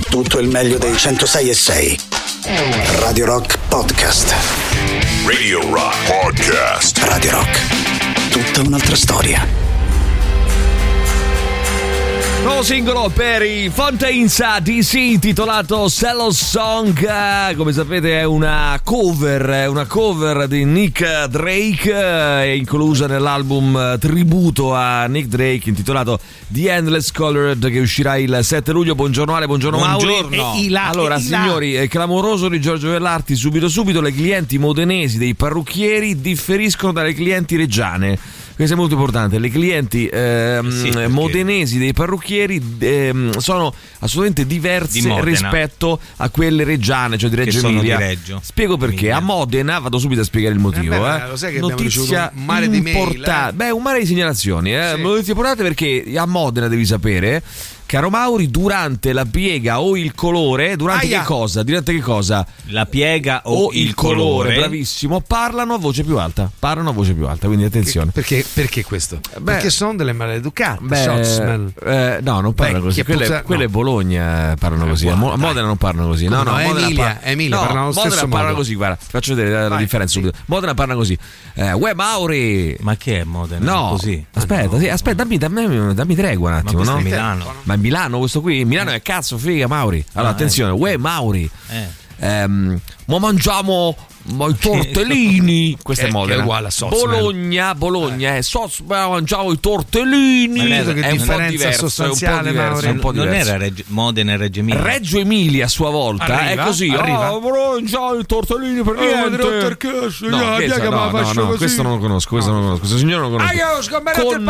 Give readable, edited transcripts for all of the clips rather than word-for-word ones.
tutto il meglio dei 106.6. Radio Rock Podcast. Radio Rock Podcast. Radio Rock, tutta un'altra storia. Nuovo singolo per i Fontaines DC intitolato Cello Song. Come sapete è una cover di Nick Drake, è inclusa nell'album tributo a Nick Drake intitolato The Endless Colored, che uscirà il 7 luglio. Buongiorno Ale, buongiorno Mauri. Allora signori, è clamoroso di Giorgio Vellarti. Subito le clienti modenesi dei parrucchieri differiscono dalle clienti reggiane. Questo è molto importante. Le clienti modenesi dei parrucchieri sono assolutamente diverse rispetto a quelle reggiane, cioè di Reggio Emilia. Spiego perché. A Modena, vado subito a spiegare il motivo. Lo sai che notizia un mare di mail, un mare di segnalazioni. Sì. Notizie importanti perché a Modena devi sapere, caro Mauri, durante la piega o il colore, durante che cosa? Durante che cosa? La piega o il colore. Bravissimo, parlano a voce più alta, quindi attenzione. Perché questo? Perché sono delle maleducate. No, non parlano così. Quelle Bologna parlano così. A Modena non parlano così. No, Emilia parlano lo stesso modo. Parlano così, guarda, faccio vedere la differenza subito. Modena parla così. Uè Mauri. Ma che è Modena? No, così. Aspetta, dammi tregua un attimo, ma no? È Milano. Ma è Milano questo qui? Milano è cazzo figa, Mauri. Allora attenzione, uè Mauri. Ma mangiamo i tortellini. Questa è Modena. È uguale a Sozzman. Bologna mangiamo i tortellini. Ma è un po' diverso, sostanziale, un po' diverso. Non era Modena e Reggio Emilia. Reggio Emilia a sua volta è così. Mangiamo i tortellini per niente. No, questo non lo conosco. Questo signore non lo conosco. Con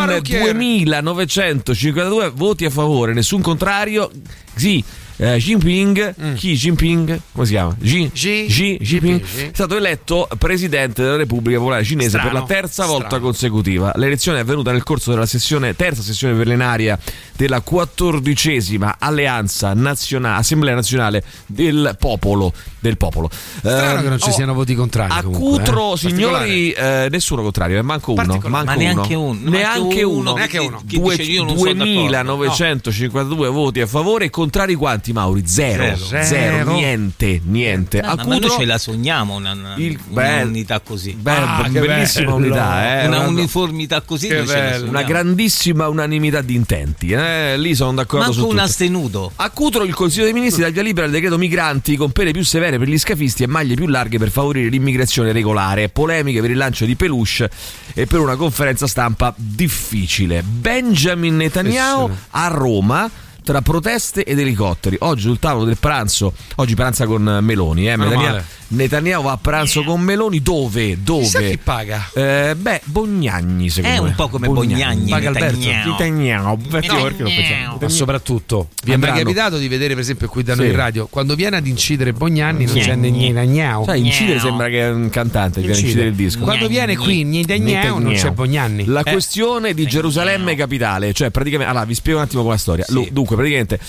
2952 voti a favore, nessun contrario. Sì. Jinping, Xi Jinping, come si chiama? Xi Jinping è stato eletto presidente della Repubblica Popolare Cinese per la terza volta consecutiva. L'elezione è avvenuta nel corso della terza sessione plenaria della 14ª Assemblea Nazionale del Popolo. Strano che non ci siano voti contrari. A Cutro, signori, nessuno contrario, manco uno. Neanche uno. 2952 voti a favore e contrari quanti? Mauri? Zero. Niente. A ma noi ce la sogniamo un'unità così. Bellissima unità, una uniformità così. Una grandissima unanimità di intenti. Lì sono d'accordo manco su tutto. Un astenuto. A Cutro il Consiglio dei Ministri dà il via libera al decreto migranti con pene più severe per gli scafisti e maglie più larghe per favorire l'immigrazione regolare. Polemiche per il lancio di peluche e per una conferenza stampa difficile. Benjamin Netanyahu a Roma tra proteste ed elicotteri. Oggi sul tavolo del pranzo, oggi pranza con Meloni, Netanyahu va a pranzo con Meloni. Dove? Chissà chi paga? Bognagni, secondo me. È un po' come Bognagni. Paga Netanyahu. Ma soprattutto vi è mai capitato di vedere, per esempio, qui da noi in radio, quando viene ad incidere Bognagni non c'è Netanyahu. Sai, incidere sembra che è un cantante che viene a incidere il disco. Quando viene qui Netanyahu non c'è Bognagni. La questione di Gerusalemme capitale, cioè praticamente, allora vi spiego un attimo con la storia. Dunque, praticamente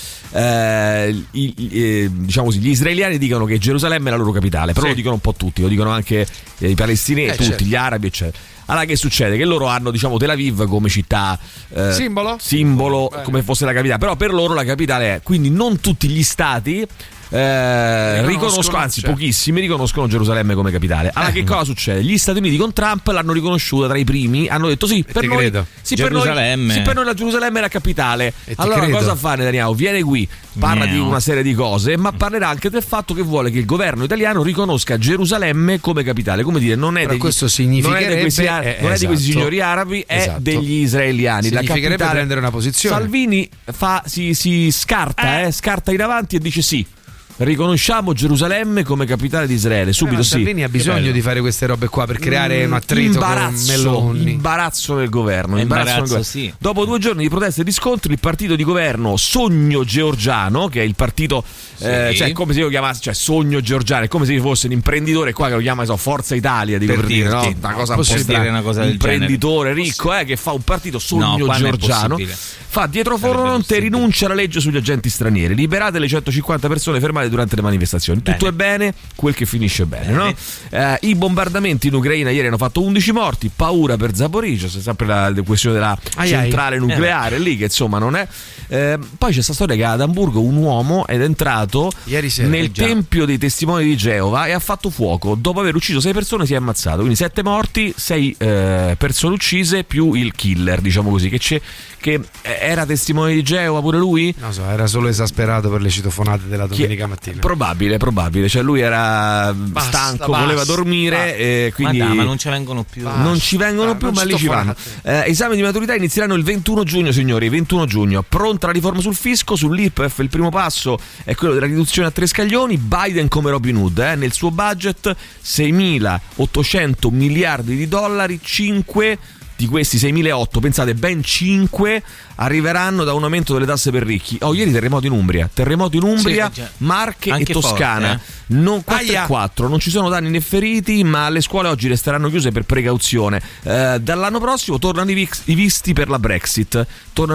diciamo così, gli israeliani dicono che Gerusalemme è la loro capitale, però lo dicono un po' tutti, lo dicono anche i palestinesi, tutti, gli arabi, eccetera. Allora che succede? Che loro hanno, diciamo, Tel Aviv come città simbolo come fosse la capitale, però per loro la capitale è, quindi non tutti gli stati riconoscono, anzi pochissimi riconoscono Gerusalemme come capitale. Allora che cosa succede? Gli Stati Uniti con Trump l'hanno riconosciuta tra i primi, hanno detto per noi la Gerusalemme è la capitale. Allora cosa fa Netanyahu? Viene qui, parla di una serie di cose, ma parlerà anche del fatto che vuole che il governo italiano riconosca Gerusalemme come capitale, come dire, non è di questi signori arabi, è degli israeliani. Significherebbe la capitale, prendere una posizione. Salvini si scarta in avanti e dice sì, riconosciamo Gerusalemme come capitale di Israele, subito. Salvini ha bisogno di fare queste robe qua per creare un attrito con Meloni. Imbarazzo nel governo. Sì. Dopo 2 giorni di proteste e di scontri, il partito di governo Sogno Georgiano, che è il partito cioè come se io chiamassi, cioè Sogno Georgiano, è come se fosse un imprenditore qua che lo chiama Forza Italia, dico per dire, no? Una cosa un po' strana, una cosa del imprenditore ricco che fa un partito Sogno Georgiano. Fa dietro fronte, rinuncia alla legge sugli agenti stranieri, liberate le 150 persone fermate durante le manifestazioni. Tutto è bene, quel che finisce bene, no? I bombardamenti in Ucraina ieri hanno fatto 11 morti, paura per Zaporizhzhia, c'è sempre la questione della centrale nucleare lì, che insomma non è. Poi c'è questa storia che ad Amburgo un uomo è entrato nel tempio dei testimoni di Geova e ha fatto fuoco. Dopo aver ucciso 6 persone si è ammazzato, quindi 7 morti, 6 persone uccise più il killer, diciamo così, che era testimone di Geova pure lui? Non so, era solo esasperato per le citofonate della domenica mattina. Probabile, cioè lui era stanco, voleva dormire, quindi ma non ci vengono più. Non ci vengono più, ma lì ci vanno. Esami di maturità inizieranno il 21 giugno, signori, 21 giugno. Pronta la riforma sul fisco, sull'IRPEF il primo passo è quello della riduzione a 3 scaglioni. Biden come Robin Hood, nel suo budget 6.800 miliardi di dollari, 5 di questi 6.800, pensate, ben 5 arriveranno da un aumento delle tasse per ricchi. Ieri terremoto in Umbria, sì, Marche anche e Toscana, non 4 non ci sono danni né feriti, ma le scuole oggi resteranno chiuse per precauzione. Dall'anno prossimo tornano i visti per la Brexit,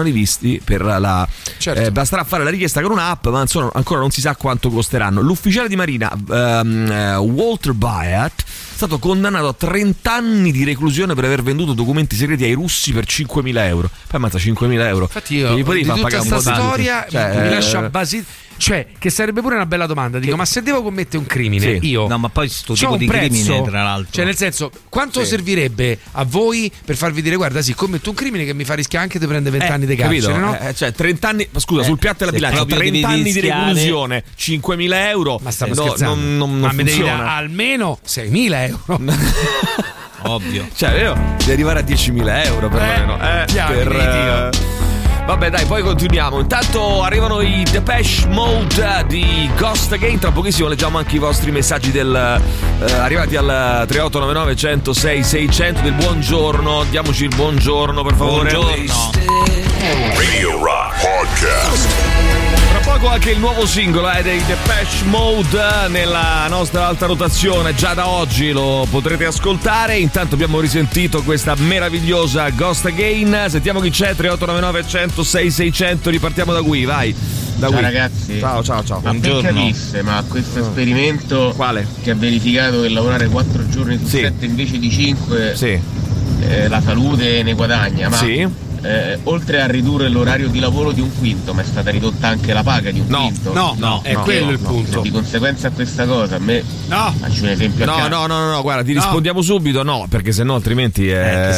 basterà fare la richiesta con un'app, ma insomma ancora non si sa quanto costeranno. L'ufficiale di marina Walter Byatt è stato condannato a 30 anni di reclusione per aver venduto documenti segreti ai russi per 5.000 euro. Poi ammazza 5.000 euro. Infatti io di tutta questa storia mi lascia cioè, che sarebbe pure una bella domanda. Dico, ma se devo commettere un crimine, io. No, ma poi sto tipo di crimine, tra l'altro. Cioè, nel senso, quanto servirebbe a voi per farvi dire, guarda, sì, commetto un crimine che mi fa rischiare anche di prendere 20 anni di carcere, no? Cioè, 30 anni, scusa, sul piatto della bilancia, 30 anni di reclusione, 5.000 euro. Ma stiamo scherzando? Non mi devi dare almeno 6.000 euro. Ovvio. Cioè, devi arrivare a 10.000 euro perlomeno. Vabbè, dai, poi continuiamo. Intanto arrivano i Depeche Mode di Ghost Again. Tra pochissimo leggiamo anche i vostri messaggi arrivati al 3899 106 600 del buongiorno. Diamoci il buongiorno, per favore. Buongiorno. Radio Rock Podcast. Tra poco anche il nuovo singolo dei Depeche Mode nella nostra alta rotazione. Già da oggi lo potrete ascoltare. Intanto abbiamo risentito questa meravigliosa Ghost Again. Sentiamo chi c'è. 3899 106 600. Ripartiamo da qui, vai. Ciao ragazzi. Ciao. Ma per capisse, ma questo esperimento quale? Che ha verificato che lavorare 4 giorni su 7 invece di 5 la salute ne guadagna, ma oltre a ridurre l'orario di lavoro di un quinto, ma è stata ridotta anche la paga di un quinto. No, è quello il punto. Di conseguenza a questa cosa, a me faccio un esempio a caso. No, guarda, ti rispondiamo subito, no, perché sennò altrimenti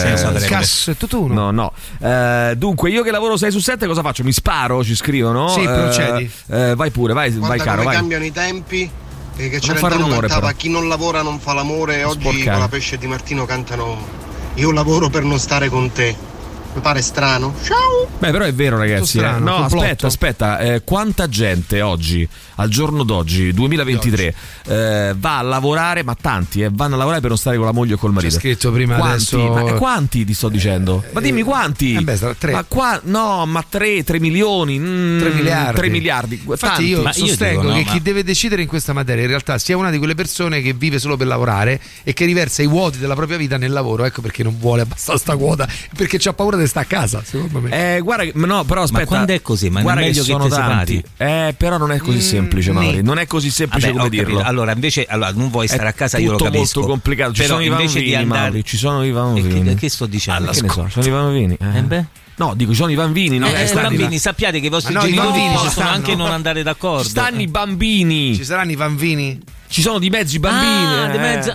è tutto uno. No. Dunque, io che lavoro 6 su 7 cosa faccio? Mi sparo, ci scrivono? Sì, procedi. Vai pure, vai caro, vai. Cambiano i tempi. Che Celentano cantava chi non lavora non fa l'amore. Oggi con la Pesce di Martino cantano io lavoro per non stare con te. Mi pare strano. Ciao. Beh, però è vero, ragazzi. Strano, no, complotto. aspetta. Quanta gente oggi, al giorno d'oggi, 2023, va a lavorare, ma tanti vanno a lavorare per non stare con la moglie o col marito. C'è scritto prima quanti? adesso. Ma quanti ti sto dicendo? Ma dimmi quanti? 3. Ma 3 milioni. 3 miliardi. 3 miliardi. Infatti io sostengo che chi deve decidere in questa materia in realtà sia una di quelle persone che vive solo per lavorare e che riversa i vuoti della propria vita nel lavoro. Ecco perché non vuole abbassare sta quota, perché c'ha paura di stare a casa, secondo me. Guarda, no, però aspetta. Ma quando è così? Ma guarda, non è meglio che sono te tanti. Però non è così semplice, Mauri. Non è così semplice come dirlo. Allora, invece, non vuoi stare a casa, io lo capisco. È molto complicato. Ci sono i vanvini, Mauri. Ci sono i vanvini. Che sto dicendo? Che ne so, ci sono i vanvini. No, dico, ci sono i bambini. I bambini, sappiate che i vostri genitori possono anche non andare d'accordo. Stanno i bambini. Ci saranno i bambini? Ci sono di mezzo i bambini.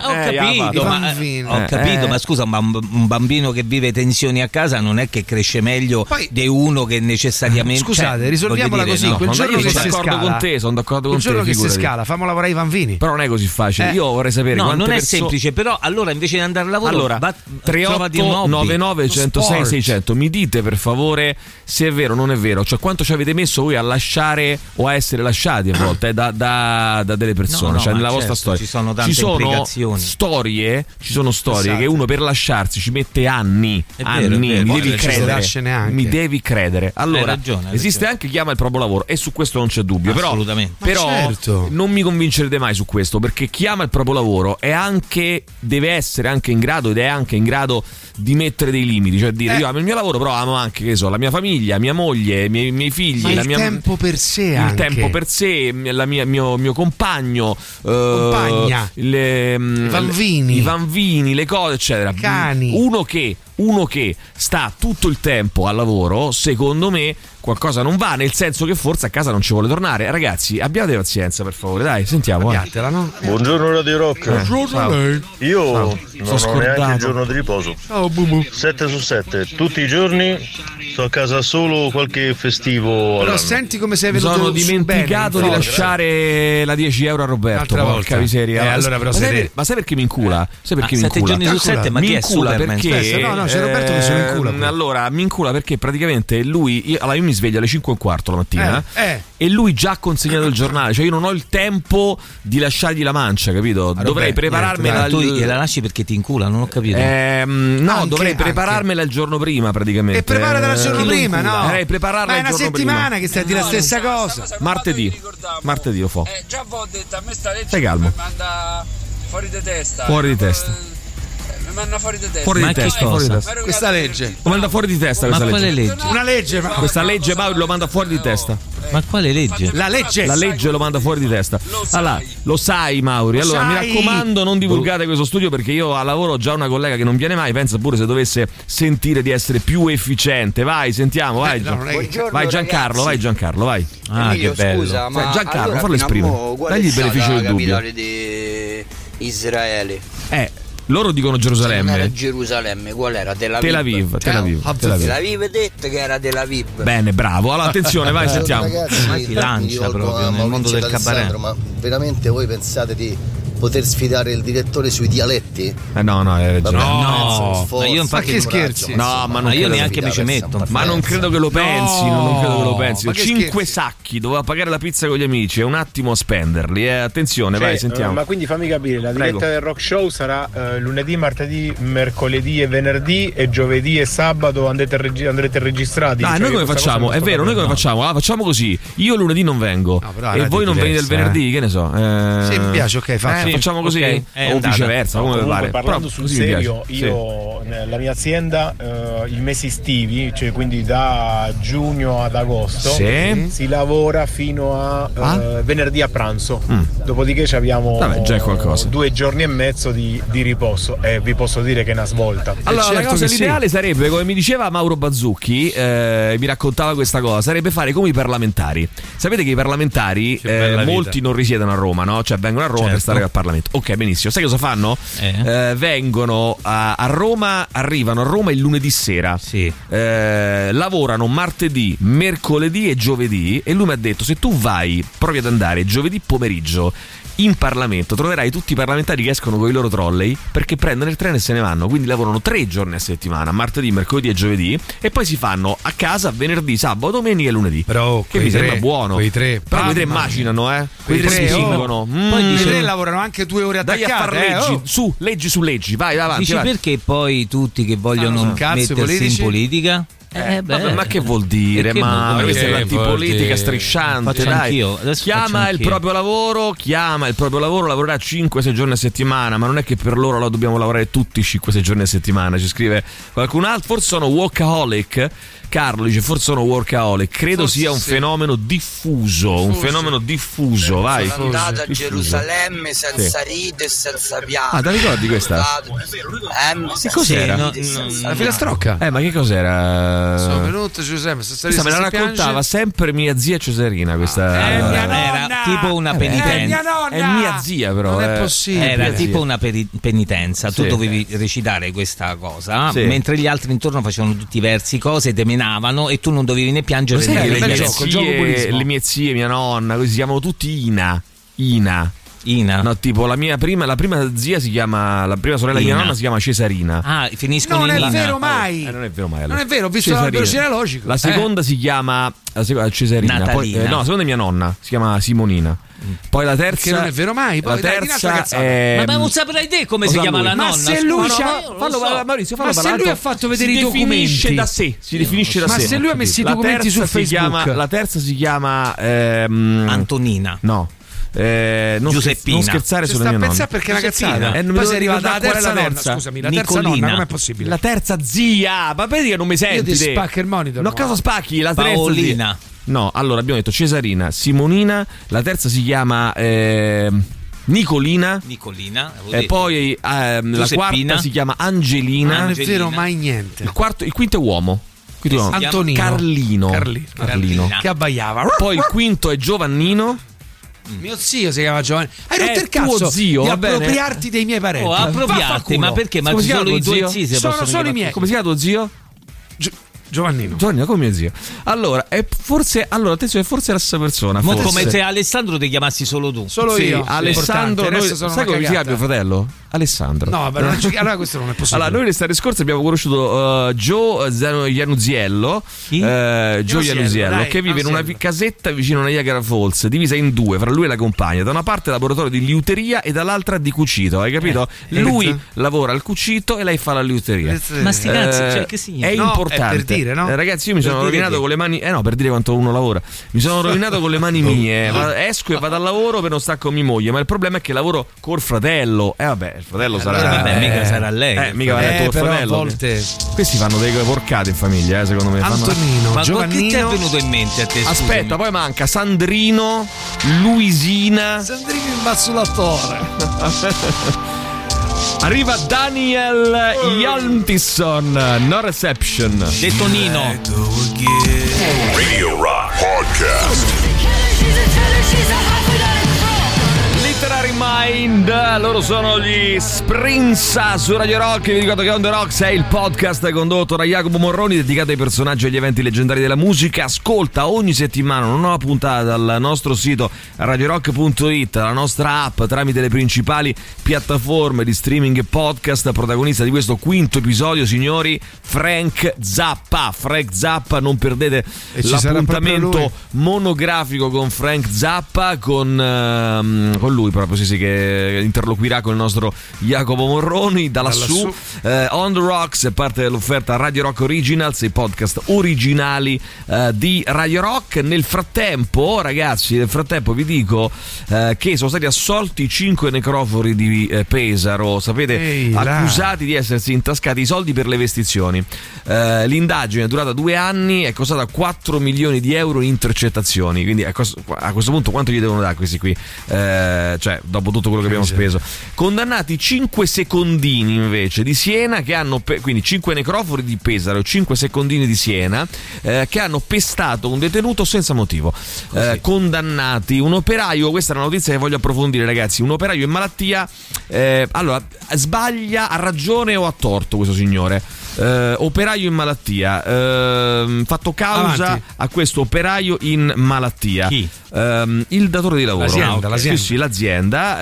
Ho capito, ma scusa, ma un bambino che vive tensioni a casa non è che cresce meglio di uno che necessariamente. Scusate, risolviamola così. Quel giorno che si scala, con te, sono d'accordo con te. Quel giorno che si scala, fammo lavorare i bambini. Però non è così facile. Io vorrei sapere. No, non è semplice, però allora invece di andare a lavoro, 3899 106 600. Mi dite per favore se è vero o non è vero. Cioè, quanto ci avete messo voi a lasciare o a essere lasciati a volte da delle persone. Cioè, nella vostra storia. Ci sono tante implicazioni. Ci sono storie che uno per lasciarsi ci mette anni. Mi devi credere. Allora, esiste anche chi ama il proprio lavoro e su questo non c'è dubbio. Assolutamente. Però non mi convincerete mai su questo, perché chi ama il proprio lavoro deve essere anche in grado ed è anche in grado di mettere dei limiti, cioè dire io amo il mio lavoro, però amo anche, che so, la mia famiglia, mia moglie, i miei figli, il tempo per sé, il tempo per sé, mio compagno, compagna, i bambini, le cose, eccetera. Cani. Uno che sta tutto il tempo al lavoro, secondo me qualcosa non va, nel senso che forse a casa non ci vuole tornare. Ragazzi, abbiate pazienza, per favore, dai, sentiamo. No? Buongiorno Radio Rock. Buongiorno a lei. Io non ho neanche il giorno di riposo. Ciao, Bubu. 7 su 7, tutti i giorni sto a casa solo qualche festivo. Però senti come sei venuto. Sono dimenticato di lasciare la 10 euro a Roberto. Porca miseria. Allora però ma sai perché mi incula? Sai perché mi incula? 7 giorni su 7, ma chi è Superman? Perché no, c'è Roberto che se lo incula. Allora, mi incula perché praticamente io mi sveglio alle 5:15 la mattina e lui già ha consegnato il giornale, cioè io non ho il tempo di lasciargli la mancia, capito? Dovrei prepararmela. Tu gliela lasci perché ti incula, non ho capito. Dovrei prepararmela il giorno prima, praticamente. E preparatela il giorno prima, no? Dovrei prepararla il giorno prima. Ma è una settimana che stai a dire la stessa cosa. Martedì lo fa. Già ho detto, a me sta legge stai calmo. Mi manda fuori di testa. Mi manda fuori di testa. Fuori di testa. Questa legge. Lo manda fuori di testa questa legge. Quale legge? Una legge, questa legge Mauro lo manda fuori di testa. Ma quale legge? La legge lo manda fuori di testa. Allora, lo sai, Mauri. Allora, mi raccomando, non divulgate questo studio, perché io al lavoro ho già una collega che non viene mai. Pensa pure se dovesse sentire di essere più efficiente. Vai, sentiamo, vai. Vai Giancarlo, vai. Emilio, che bello. Scusa, ma Giancarlo, allora, fallo esprimere. Dagli il beneficio del dubbio. Di Israele. Loro dicono Gerusalemme. Non era Gerusalemme, qual era? Tel Aviv. Tel Aviv detto che era Tel Aviv. Bene, bravo. Allora attenzione, vai, sentiamo. Ragazzi, ma si lancia proprio nel mondo del cabaret. Ma veramente voi pensate di poter sfidare il direttore sui dialetti? No, hai ragione. No, ma io infatti che scherzi. No, ma io neanche mi ci metto. Ma non credo che lo pensi, non credo che lo pensi. 5 sacchi, doveva pagare la pizza con gli amici, è un attimo a spenderli. Attenzione, vai, sentiamo. Ma quindi fammi capire, la diretta del rock show sarà lunedì, martedì, mercoledì e venerdì, e giovedì e sabato andrete registrati. Noi come facciamo? È vero, noi come facciamo? Facciamo così: io lunedì non vengo e voi non venite il venerdì, che ne so. Se mi piace, ok, facciamo così, o viceversa, come pare. Parlando sul serio, io nella mia azienda i mesi estivi, cioè quindi da giugno ad agosto, si lavora fino a venerdì a pranzo. Dopodiché abbiamo 2 giorni e mezzo di riposo, e vi posso dire che è una svolta. Allora, la cosa l'ideale sarebbe, come mi diceva Mauro Bazzucchi, mi raccontava questa cosa, sarebbe fare come i parlamentari. Sapete che i parlamentari molti non risiedono a Roma, no? Cioè vengono a Roma per stare al Parlamento. Ok, benissimo. Sai cosa fanno? Vengono a Roma, arrivano a Roma il lunedì sera. Lavorano martedì, mercoledì e giovedì. E lui mi ha detto: se tu provi ad andare giovedì pomeriggio in Parlamento, troverai tutti i parlamentari che escono con i loro trolley, perché prendono il treno e se ne vanno. Quindi lavorano 3 giorni a settimana, martedì, mercoledì e giovedì, e poi si fanno a casa venerdì, sabato, domenica e lunedì. Però che mi sembra buono. Però quei 3 immaginano, quei 3 si spingono. Poi quei 3 lavorano anche 2 ore attaccate. Dai a far leggi, vai avanti. Dici perché poi tutti che vogliono mettersi in politica? Ma che vuol dire? Ma questa è l'antipolitica strisciante. Dai. Chiama il proprio lavoro, lavorerà 5-6 giorni a settimana, ma non è che per loro lo dobbiamo lavorare tutti 5-6 giorni a settimana. Ci scrive qualcun altro, forse sono workaholic. Carlo dice forse sono workaholic, credo sia un fenomeno diffuso, vai. Sono andato a Gerusalemme senza ride e senza pianto. Ti ricordi questa? Che cos'era? La filastrocca. Ma che cos'era? Sono venuto a Gerusalemme senza ride. Me la raccontava sempre mia zia Cesarina, questa. Era tipo una penitenza. È mia zia, però. Non è possibile. Era tipo una penitenza. Tu dovevi recitare questa cosa, mentre gli altri intorno facevano tutti i versi, cose, temenavano, e tu non dovevi né piangere né le mie zie, mia nonna, così si chiamano tutti Ina. Ina. No, tipo la prima zia si chiama, la prima sorella di mia nonna si chiama Cesarina. Ah, finiscono in Ina. non è vero mai. Non è vero mai. Allora. Non è vero, ho visto l'albero genealogico. La seconda si chiama Cesarina. Poi, no, la seconda è mia nonna, si chiama Simonina. Poi la terza. Che non è vero mai. Poi la terza è. Ma non saprai te come si chiama la nonna? Ma se lui Maurizio, ma se lui ha fatto vedere i documenti da sé, si definisce da sé. Ma se lui ha messo i documenti su Facebook. La terza si chiama Antonina. No. Giuseppina. Non scherzare sulla mia nonna. Perché è una cazzata. Poi sei arrivata la terza nonna. Scusami, la terza nonna, com'è possibile? La terza zia. Ma vedi che non mi senti? Io ti spacco il monitor. No, cosa spacchi? La Paolina. terza zia. No, allora abbiamo detto Cesarina, Simonina, la terza si chiama Nicolina. E poi la quarta si chiama Angelina. Non è vero mai niente. Il quinto è uomo. Antonino. Carlino. Che abbaiava. Poi il quinto è Giovannino. Mio zio si chiama Giovanni. Hai rotto il cazzo tuo zio, di va bene? appropriarti dei miei parenti. Appropriarti, ma perché? Ma ci sono i tuoi zii? Sono solo i miei. Come si chiama tuo zio? Giovannino come mio zio. Allora, attenzione, forse è la stessa persona. Ma come se Alessandro ti chiamassi solo tu. Solo io. Alessandro, sai come si chiama mio fratello? Alessandro. No, allora questo non è possibile. Allora, noi l'estate scorsa abbiamo conosciuto Joe Januziello. Januziello, che vive in una casetta vicino a Niagara Falls, divisa in due, fra lui e la compagna. Da una parte laboratorio di liuteria e dall'altra di cucito, hai capito? Lui lavora al cucito e lei fa la liuteria. Ma sti cazzi, cioè che significa? È importante. È per dire, no? Ragazzi, io mi sono rovinato con le mani. No, per dire quanto uno lavora. Mi sono rovinato con le mani mie. Esco e vado al lavoro per non stare con mia moglie. Ma il problema è che lavoro col fratello. Vabbè, il fratello sarà. Vabbè, mica sarà lei. Mica va detto il fratello. A volte. Questi fanno delle porcate in famiglia, secondo me. Antonino, ma Giovannino. che ti è venuto in mente a te? Aspetta, poi manca Sandrino, Luisina. Sandrino il mazzolatore. Arriva Daniel Jantisson, No Reception. Detto Nino. Radio Rock Podcast. Literary Mind, loro sono gli Sprinza su Radio Rock. Vi ricordo che On The Rocks è il podcast condotto da Jacopo Morroni, dedicato ai personaggi e agli eventi leggendari della musica. Ascolta ogni settimana una nuova puntata dal nostro sito radiorock.it, la nostra app, tramite le principali piattaforme di streaming e podcast. Protagonista di questo quinto episodio, signori, Frank Zappa. Non perdete l'appuntamento monografico con Frank Zappa, con lui proprio, sì, che interloquirà con il nostro Jacopo Morroni da lassù. On The Rocks è parte dell'offerta Radio Rock Originals, i podcast originali di Radio Rock. Nel frattempo, ragazzi, vi dico che sono stati assolti 5 necrofori di Pesaro, sapete, accusati di essersi intascati i soldi per le vestizioni. L'indagine è durata 2 anni, è costata 4 milioni di euro in intercettazioni, quindi a questo punto quanto gli devono dare questi qui? Cioè, dopo tutto quello che abbiamo speso. Condannati 5 secondini invece di Siena, che hanno quindi 5 necrofori di Pesaro, 5 secondini di Siena, che hanno pestato un detenuto senza motivo. Condannati un operaio, questa è una notizia che voglio approfondire, ragazzi. Un operaio in malattia, allora sbaglia a ragione o a torto questo signore. Operaio in malattia, fatto causa a questo operaio in malattia. Chi? Il datore di lavoro. L'azienda. Sì, l'azienda.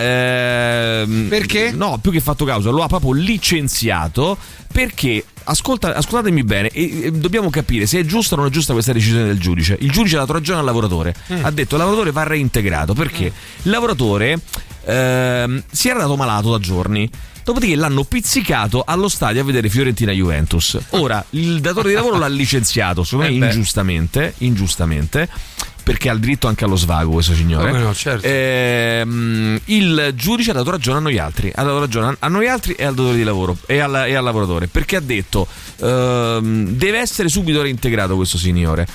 Perché? No, più che fatto causa, lo ha proprio licenziato perché. Ascoltatemi bene, e dobbiamo capire se è giusta o non è giusta questa decisione del giudice. Il giudice ha dato ragione al lavoratore, ha detto il lavoratore va reintegrato perché il lavoratore si era dato malato da giorni. Dopodiché l'hanno pizzicato allo stadio a vedere Fiorentina-Juventus. Ora il datore di lavoro l'ha licenziato, secondo me ingiustamente, perché ha il diritto anche allo svago questo signore. Come no, certo. Il giudice ha dato ragione a noi altri, e al datore di lavoro e al lavoratore, perché ha detto deve essere subito reintegrato questo signore.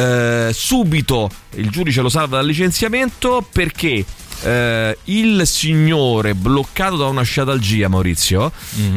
Subito il giudice lo salva dal licenziamento perché il signore bloccato da una sciatalgia, Maurizio,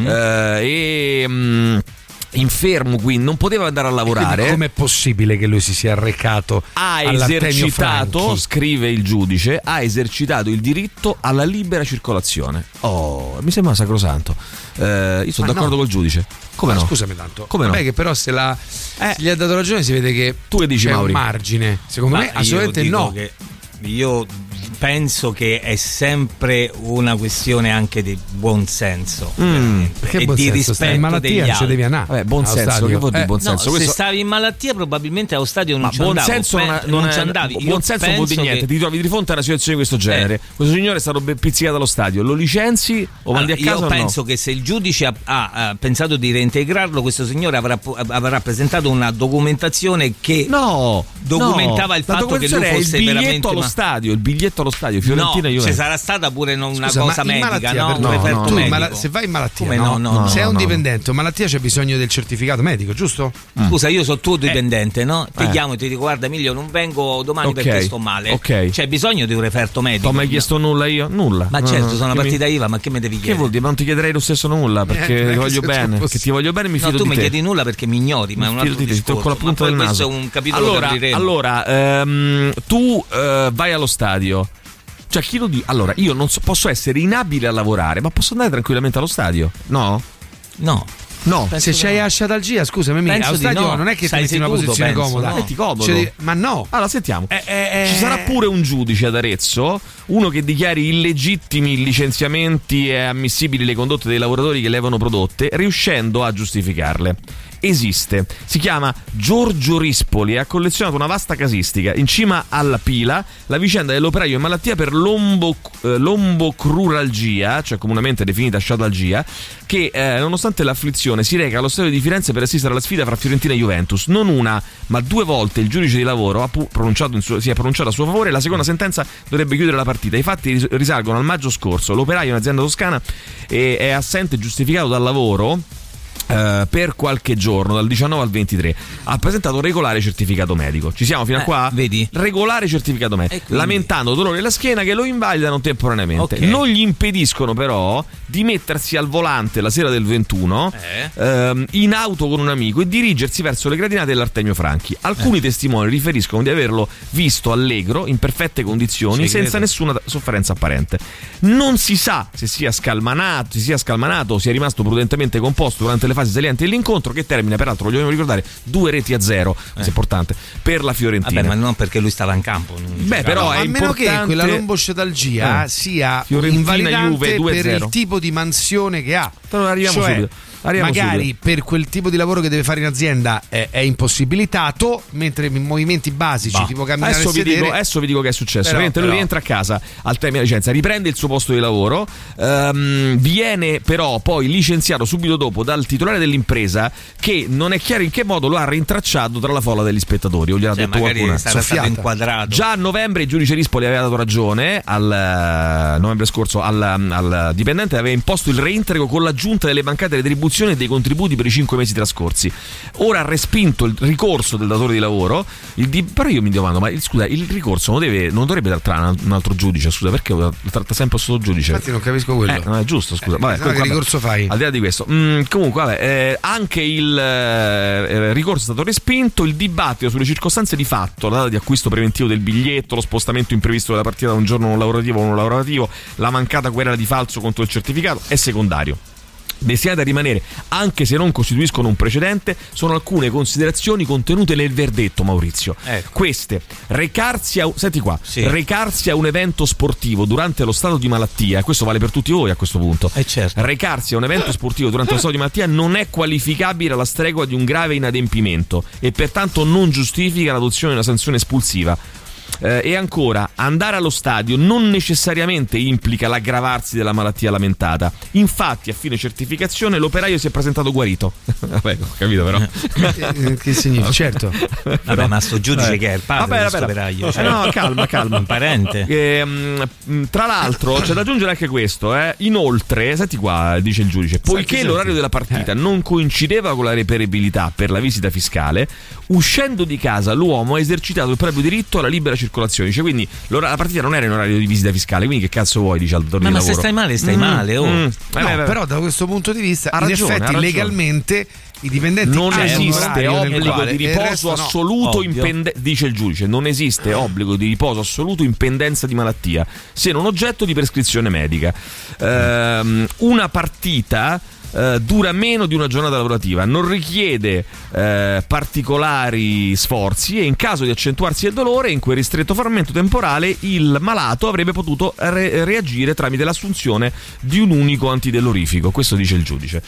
infermo, quindi non poteva andare a lavorare. Com'è possibile che lui si sia recato? Ha esercitato, scrive il giudice, ha esercitato il diritto alla libera circolazione. Mi sembra sacrosanto. Io sono d'accordo col giudice. Come no? Scusami tanto. Come no? Vabbè, che però se gli ha dato ragione si vede che tu che dici, c'è Mauri? Un margine. Secondo me assolutamente no. Io penso che è sempre una questione anche di buon senso perché e buon di senso? rispetto stai in malattia, degli ci devi andare. Vabbè, buon senso, che vuol dire buon senso? No, questo... se stavi in malattia probabilmente allo stadio non ci andavo. Senso non ci andavi. Buon senso non vuol dire niente, ti trovi di fronte a una situazione di questo genere. Questo signore è stato pizzicato allo stadio, lo licenzi o mandi a casa? Io penso che se il giudice ha pensato di reintegrarlo, questo signore avrà presentato una documentazione che documentava il fatto che lui fosse il veramente il biglietto allo stadio Fiorentina Juventus. Ci sarà stata pure una cosa medica, un referto medico. Se vai in malattia, se è un dipendente, in malattia c'è bisogno del certificato medico, giusto? Scusa, io sono tuo dipendente, no? Ti chiamo e ti dico: guarda Emilio, non vengo domani perché sto male. C'è bisogno di un referto medico. Non mi hai chiesto nulla io? Nulla. Ma certo, sono una partita IVA, ma che mi devi chiedere? Che vuol dire? Ma non ti chiederei lo stesso nulla, perché ti voglio bene. Perché ti voglio bene, mi fido di te. Tu mi chiedi nulla perché mi ignori, ma è un altro discorso. Ti tocco la punta del naso. Questo è un capitolo che apriremo. Allora, tu vai allo stadio. Cioè, chi lo dice? Allora, io non posso essere inabile a lavorare, ma posso andare tranquillamente allo stadio? No. Se c'hai asciatalgia, scusami, allo stadio non è che ti metti in una posizione comoda. Metti comodo. Ma no. Allora, sentiamo. Ci sarà pure un giudice ad Arezzo, uno che dichiari illegittimi i licenziamenti e ammissibili le condotte dei lavoratori che levano prodotte, riuscendo a giustificarle. Esiste, si chiama Giorgio Rispoli e ha collezionato una vasta casistica. In cima alla pila la vicenda dell'operaio in malattia per lombocruralgia, cioè comunemente definita sciatalgia, che nonostante l'afflizione si reca allo stadio di Firenze per assistere alla sfida fra Fiorentina e Juventus. Non una, ma 2 volte il giudice di lavoro si è pronunciato a suo favore. La seconda sentenza dovrebbe chiudere la partita. I fatti risalgono al maggio scorso. L'operaio, un'azienda toscana, è assente giustificato dal lavoro per qualche giorno, dal 19 al 23, ha presentato un regolare certificato medico. Ci siamo fino a qua? Vedi? Regolare certificato medico, lamentando dolore alla schiena che lo invalidano temporaneamente. Non gli impediscono però di mettersi al volante la sera del 21 in auto con un amico e dirigersi verso le gradinate dell'Artemio Franchi. Alcuni testimoni riferiscono di averlo visto allegro, in perfette condizioni, senza nessuna sofferenza apparente. Non si sa se sia scalmanato o sia rimasto prudentemente composto durante le fasi salienti dell'incontro, che termina, peraltro, vogliamo ricordare, 2-0, questo è importante, per la Fiorentina. Vabbè, ma non perché lui stava in campo. Però è a meno che quella lomboscetalgia sia invalidante per il tipo di mansione che ha. Arriviamo subito. Magari per quel tipo di lavoro che deve fare in azienda è impossibilitato, mentre in movimenti basici tipo camminare e sedere. Adesso vi dico che è successo. Lui rientra a casa al termine della licenza, riprende il suo posto di lavoro, viene però poi licenziato subito dopo dal titolare dell'impresa, che non è chiaro in che modo lo ha rintracciato tra la folla degli spettatori, o gliel'ha detto qualcuno. Sarà stato inquadrato. Già a novembre il giudice Rispoli aveva dato ragione al novembre scorso al dipendente, aveva imposto il reintegro con l'aggiunta delle mancate retribuzioni e dei contributi per i 5 mesi trascorsi. Ora ha respinto il ricorso del datore di lavoro. Però io mi domando, ma scusa, il ricorso non dovrebbe trattare un altro giudice? Scusa, perché lo tratta sempre solo giudice? Infatti non capisco quello. Non è giusto, scusa. Che ricorso fai? Al di là di questo, comunque, anche il ricorso è stato respinto. Il dibattito sulle circostanze di fatto, la data di acquisto preventivo del biglietto, lo spostamento imprevisto della partita da un giorno non lavorativo a uno lavorativo, la mancata querela di falso contro il certificato è secondario. Destinate a rimanere, anche se non costituiscono un precedente, sono alcune considerazioni contenute nel verdetto, Maurizio. Queste: recarsi a un evento sportivo durante lo stato di malattia, questo vale per tutti voi a questo punto. Certo. Recarsi a un evento sportivo durante lo stato di malattia non è qualificabile alla stregua di un grave inadempimento e pertanto non giustifica l'adozione di una sanzione espulsiva. E ancora, andare allo stadio non necessariamente implica l'aggravarsi della malattia lamentata. Infatti, a fine certificazione, l'operaio si è presentato guarito. Vabbè, ho capito, però. Che significa? Certo. Vabbè, ma sto giudice che è il padre di questo operaio. Cioè, no, calma. Un parente. Tra l'altro, c'è da aggiungere anche questo. Inoltre, senti qua, dice il giudice, poiché l'orario della partita non coincideva con la reperibilità per la visita fiscale, uscendo di casa l'uomo ha esercitato il proprio diritto alla libera circolazione. Cioè, quindi la partita non era in orario di visita fiscale, quindi che cazzo vuoi, dice al datore di lavoro? Ma se stai male, stai male. Però da questo punto di vista, in effetti, legalmente i dipendenti non esiste obbligo di riposo assoluto dice il giudice, non esiste obbligo di riposo assoluto in pendenza di malattia, se non oggetto di prescrizione medica. Una partita dura meno di una giornata lavorativa, non richiede particolari sforzi e in caso di accentuarsi il dolore, in quel ristretto frammento temporale il malato avrebbe potuto reagire tramite l'assunzione di un unico antidolorifico. Questo dice il giudice.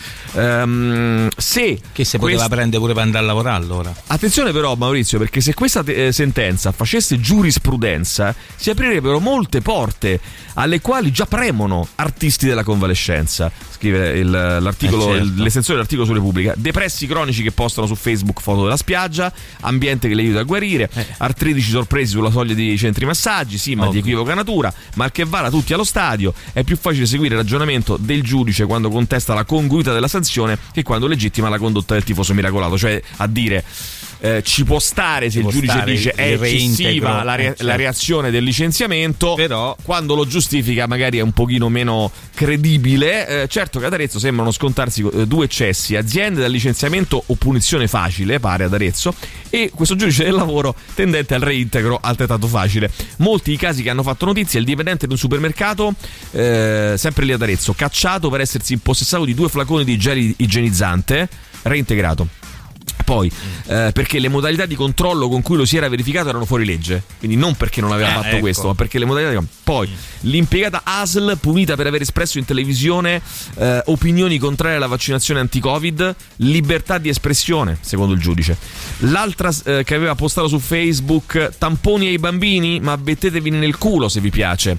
Se poteva prendere pure per andare a lavorare allora. Attenzione però, Maurizio, perché se questa sentenza facesse giurisprudenza si aprirebbero molte porte alle quali già premono artisti della convalescenza. Scrive l'articolo, certo. l'estensione dell'articolo su Repubblica. Depressi cronici che postano su Facebook foto della spiaggia, ambiente che li aiuta a guarire, artritici sorpresi sulla soglia dei centri massaggi, sì, ma di equivoca natura, ma che vada tutti allo stadio. È più facile seguire il ragionamento del giudice quando contesta la congruità della sanzione che quando legittima la condotta del tifoso miracolato, cioè a dire ci può stare se il giudice dice è eccessiva la reazione del licenziamento, però quando lo giustifica magari è un pochino meno credibile. Certo che ad Arezzo sembrano scontarsi due eccessi: aziende da licenziamento o punizione facile, pare ad Arezzo, e questo giudice del lavoro tendente al reintegro altrettanto facile. Molti i casi che hanno fatto notizia: il dipendente di un supermercato, sempre lì ad Arezzo, cacciato per essersi impossessato di 2 flaconi di gel igienizzante, reintegrato. Poi perché le modalità di controllo con cui lo si era verificato erano fuori legge, quindi non perché non aveva fatto questo, ma perché le modalità poi l'impiegata ASL punita per aver espresso in televisione opinioni contrarie alla vaccinazione anti-Covid, libertà di espressione secondo il giudice. L'altra che aveva postato su Facebook: tamponi ai bambini, ma mettetevi nel culo se vi piace.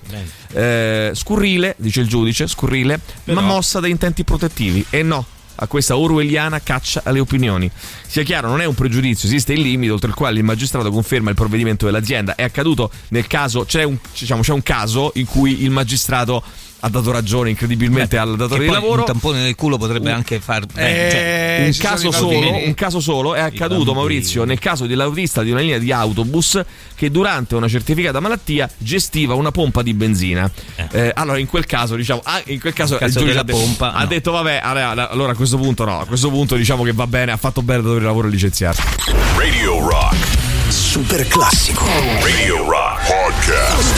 Scurrile, dice il giudice, scurrile, però, ma mossa da intenti protettivi. E no, a questa orwelliana caccia alle opinioni. Sia chiaro, non è un pregiudizio, esiste il limite oltre il quale il magistrato conferma il provvedimento dell'azienda. È accaduto nel caso, c'è un caso in cui il magistrato ha dato ragione incredibilmente al datore di lavoro. Un tampone nel culo potrebbe anche far bene. Un caso solo è accaduto, Maurizio, nel caso dell'autista di una linea di autobus che durante una certificata malattia gestiva una pompa di benzina. Allora in quel caso il giudice ha detto vabbè, allora a questo punto diciamo che va bene, ha fatto bene il datore di lavoro a licenziarsi. Radio Rock super classico. Radio Rock Podcast.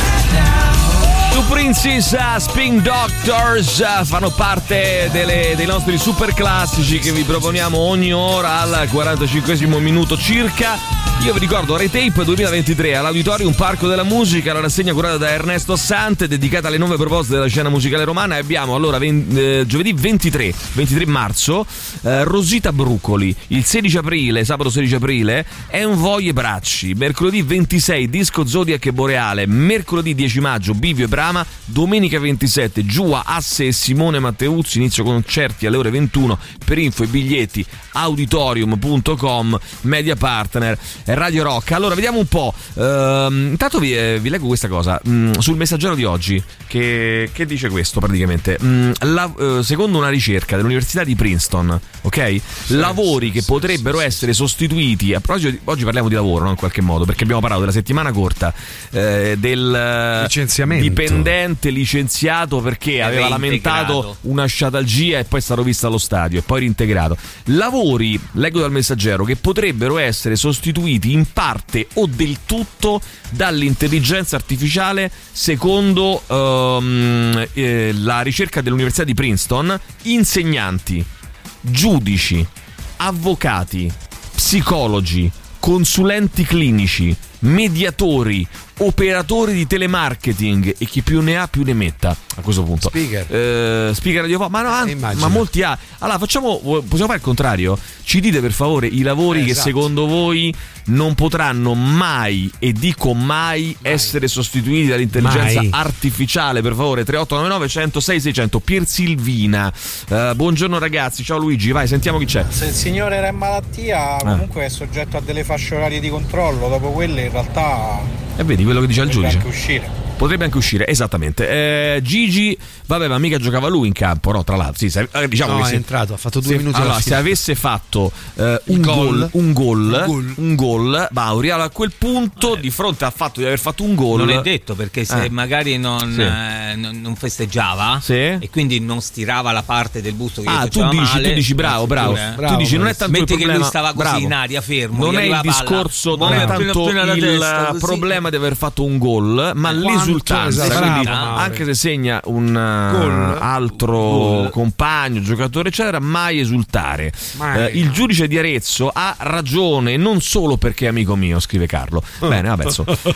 Two Princes, Spin Doctors fanno parte dei nostri super classici che vi proponiamo ogni ora al 45esimo minuto circa. Io vi ricordo Retape 2023 all'Auditorium Parco della Musica, la rassegna curata da Ernesto Sante dedicata alle nuove proposte della scena musicale romana. E abbiamo allora giovedì 23 marzo Rosita Brucoli, il 16 aprile, sabato 16 aprile Envoy e Bracci, mercoledì 26 Disco Zodiac e Boreale, mercoledì 10 maggio Bivio e Brama, domenica 27 Giua, Asse e Simone Matteuzzi, inizio concerti alle ore 21. Per info e biglietti auditorium.com, media partner Radio Rock. Allora vediamo un po', intanto vi leggo questa cosa sul Messaggero di oggi che dice questo praticamente. Secondo una ricerca dell'Università di Princeton, ok, lavori che potrebbero essere sostituiti oggi parliamo di lavoro, no? In qualche modo, perché abbiamo parlato della settimana corta, del licenziamento, dipendente licenziato perché aveva lamentato una sciatalgia e poi è stato visto allo stadio e poi reintegrato. Lavori, leggo dal Messaggero, che potrebbero essere sostituiti in parte o del tutto dall'intelligenza artificiale, secondo la ricerca dell'Università di Princeton. Insegnanti, giudici, avvocati, psicologi, consulenti clinici, mediatori, operatori di telemarketing e chi più ne ha più ne metta a questo punto. Speaker radio, ma molti ha. Allora possiamo fare il contrario? Ci dite per favore i lavori che secondo voi non potranno mai, e dico mai, essere sostituiti dall'intelligenza artificiale. Per favore 3899 106 600. Pier Silvina, buongiorno ragazzi, ciao Luigi, vai, sentiamo chi c'è. Se il signore era in malattia comunque è soggetto a delle fasce orarie di controllo, dopo quelle in realtà vedi quello che dice il giudice, potrebbe anche uscire, esattamente. Gigi, vabbè, ma mica giocava lui in campo, no? Tra l'altro, sì, diciamo che è entrato, ha fatto 2 minuti. Allora, se avesse fatto un gol, Mauri, allora a quel punto, di fronte al fatto di aver fatto un gol, non è detto, perché se magari non festeggiava e quindi non stirava la parte del busto che tu dici bravo. Tu dici non è tanto metti il problema, che lui stava così in aria fermo, non è il discorso, non è tanto il problema di aver fatto un gol, ma esultanza, quindi anche se segna un altro compagno, giocatore eccetera, mai esultare. Il giudice di Arezzo ha ragione, non solo perché è amico mio, scrive Carlo. Bene, vabbè,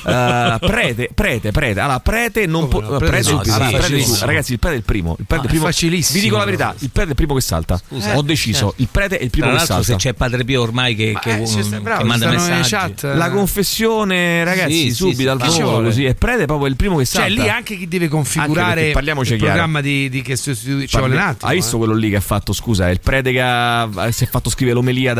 prete. Allora, prete non può. Ragazzi, il prete è il primo. Il prete è il primo. Facilissimo. Vi dico la verità, il prete è il primo che salta. Ho deciso, il prete è il primo che salta. Se c'è Padre Pio ormai che manda messaggi. Chat. La confessione, ragazzi, subito al volo, così. Il prete è proprio il primo che salta. Cioè, lì anche chi deve configurare il programma di che sostituisce un attimo. Hai visto quello lì che ha fatto, scusa, è il prete che si è fatto scrivere l'omelia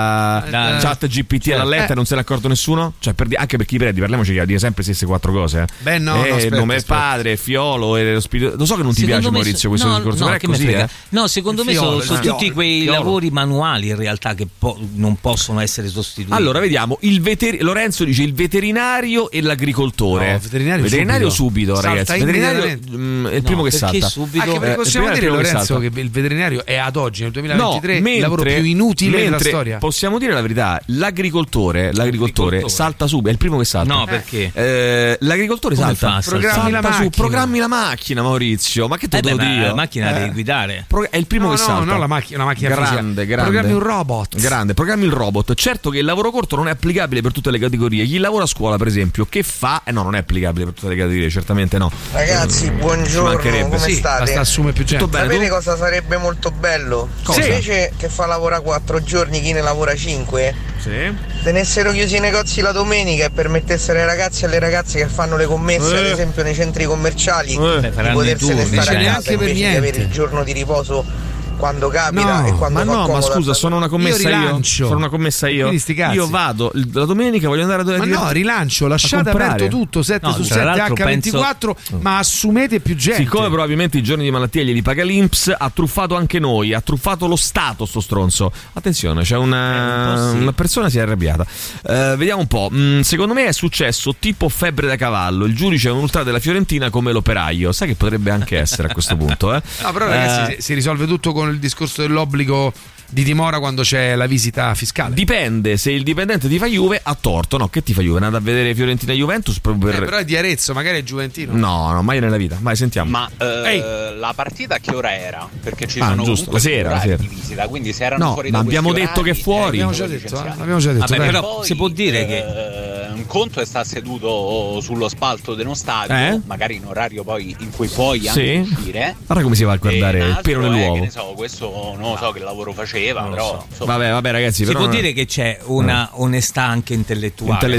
da chat GPT alla lettera, non se n'è accorto nessuno? Cioè, anche per chi predi, parliamoci chiaro, dire sempre le stesse quattro cose. Beh, no, il nome del padre, Fiolo e lo spirito. Lo so che non ti piace, Maurizio, questo discorso, però è così, No, secondo me sono tutti quei lavori manuali in realtà che non possono essere sostituiti. Allora, vediamo, Lorenzo dice il veterinario e l'agricoltore. Veterinario subito, ragazzi. Veterinario è il primo che salta. Subito? Anche perché possiamo dire, Lorenzo, che il veterinario è ad oggi, nel 2023, il lavoro più inutile della storia. Possiamo dire la verità, l'agricoltore salta subito, è il primo che salta. No, perché? L'agricoltore salta. Programmi la macchina, Maurizio. Ma che te lo devo dire? La macchina devi guidare. È il primo che salta. No, la macchina grande. Programmi un robot. Grande, programmi il robot. Certo che il lavoro corto non è applicabile per tutte le categorie. Chi lavora a scuola, per esempio, che fa? No, non è applicabile per tutte le categorie, certamente no. Ragazzi, buongiorno, come state? Basta assume più gente. Sapete cosa sarebbe molto bello? Cosa? Invece che fa lavora 4 giorni, chi ne lavora 5? Sì. Tenessero chiusi i negozi la domenica e permettessero ai ragazzi e alle ragazze che fanno le commesse, ad esempio nei centri commerciali, di potersene stare a casa invece di avere il giorno di riposo quando capita e quando fa comodo. Ma scusa, sono una commessa io. Sono una commessa io. Io vado la domenica, voglio andare a no, rilancio, lasciate aperto tutto 7 su 7 H24, ma assumete più gente. Siccome probabilmente i giorni di malattia glieli paga l'Inps, ha truffato anche noi, ha truffato lo Stato sto stronzo. Attenzione, c'è una persona si è arrabbiata. Vediamo un po'. Secondo me è successo tipo febbre da cavallo. Il giudice è un ultra della Fiorentina come l'operaio. Sai che potrebbe anche essere a questo punto, No, però ragazzi, si risolve tutto con il discorso dell'obbligo di dimora quando c'è la visita fiscale. Dipende, se il dipendente ti fa Juve ha torto. No, che ti fa Juve? Andate a vedere Fiorentina Juventus proprio per... però è di Arezzo, magari è Juventino. No, mai nella vita. Vai, sentiamo. Ma la partita a che ora era? Perché ci sono giusto, la sera. di visita, quindi se erano fuori da ma abbiamo detto che è fuori. L'abbiamo già detto. Vabbè, però si può dire che un conto è sta seduto sullo spalto dello stadio, magari in orario poi in cui puoi anche uscire. Guarda come si va a guardare il pelo nell'uovo. Che ne so, questo non lo so che lavoro faceva, però vabbè ragazzi, si può dire che c'è una onestà anche intellettuale.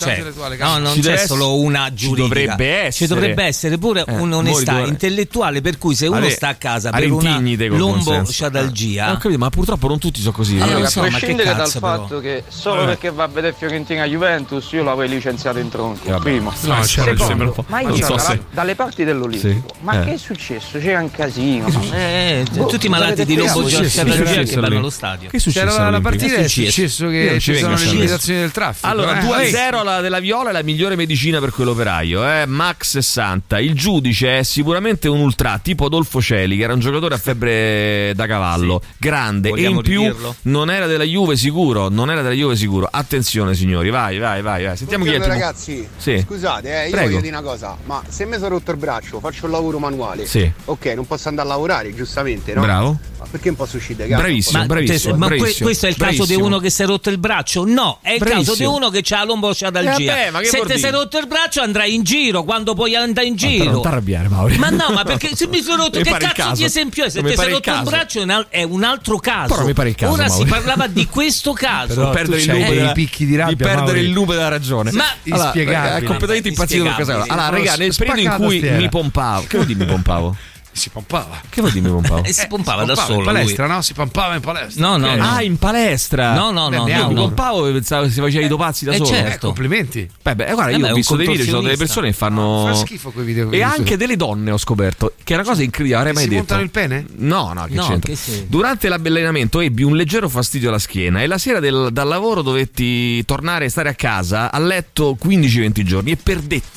No, non c'è solo una giuridica. Ci dovrebbe essere pure un'onestà intellettuale, per cui se uno sta a casa per una lombosciadalgia. Ho capito, ma purtroppo non tutti sono così. Allora, a prescindere dal fatto che solo perché va a vedere Fiorentina Juventus io l'avrei licenziato in tronco. Primo. Secondo, ma io dalle parti dell'Olimpico. Ma che è successo? C'era un casino. Tutti i malati di lombosciadalgia che vanno allo stadio. Che succede? C'era la partita è successo che ci sono le limitazioni del traffico. Allora 2-0 la della Viola è la migliore medicina per quell'operaio, Max 60. Il giudice è sicuramente un ultra tipo Adolfo Celi, che era un giocatore a febbre da cavallo, grande. Vogliamo e in più ridirlo? non era della Juve sicuro. Attenzione signori, vai. Sentiamo chi è. Ragazzi, scusate, io voglio dire una cosa, ma se mi sono rotto il braccio, faccio un lavoro manuale. Ok, non posso andare a lavorare, giustamente, no? Bravo. Ma perché non posso uscire da casa? Bravissimo. Ma questo è il caso di uno che si è rotto il braccio? No, è il caso di uno che ha lombosciadalgia. Se ti sei rotto il braccio andrai in giro quando puoi andare in giro. Non ti arrabbiare, Mauro. Ma no, ma perché se mi sono rotto, che cazzo di esempio è? Se ti sei rotto il braccio è un altro caso. Però mi pare il caso, ora Mauro. Si parlava di questo caso. Per perdere il picchi di rabbia, di perdere il lume della ragione. Ma è completamente impazzito per casa. Allora, raga, nel periodo in cui mi pompavo, che vuol dire mi pompavo? Si pompava. Che vuol dire mi pompavo? Si pompava da solo. In palestra, no? Si pompava in palestra. No. Ah, in palestra? No. Mi pompavo e pensavo che si faceva i topazzi da solo. Certo. Complimenti. Guarda, io ho visto dei video, ci sono delle persone che fanno. Fa schifo quei video. E anche delle donne ho scoperto, che è una cosa incredibile, avrei mai detto. Si montano il pene? No, che c'entra. Durante l'avvelenamento ebbi un leggero fastidio alla schiena e la sera dal lavoro dovetti tornare e stare a casa a letto 15-20 giorni e perdetti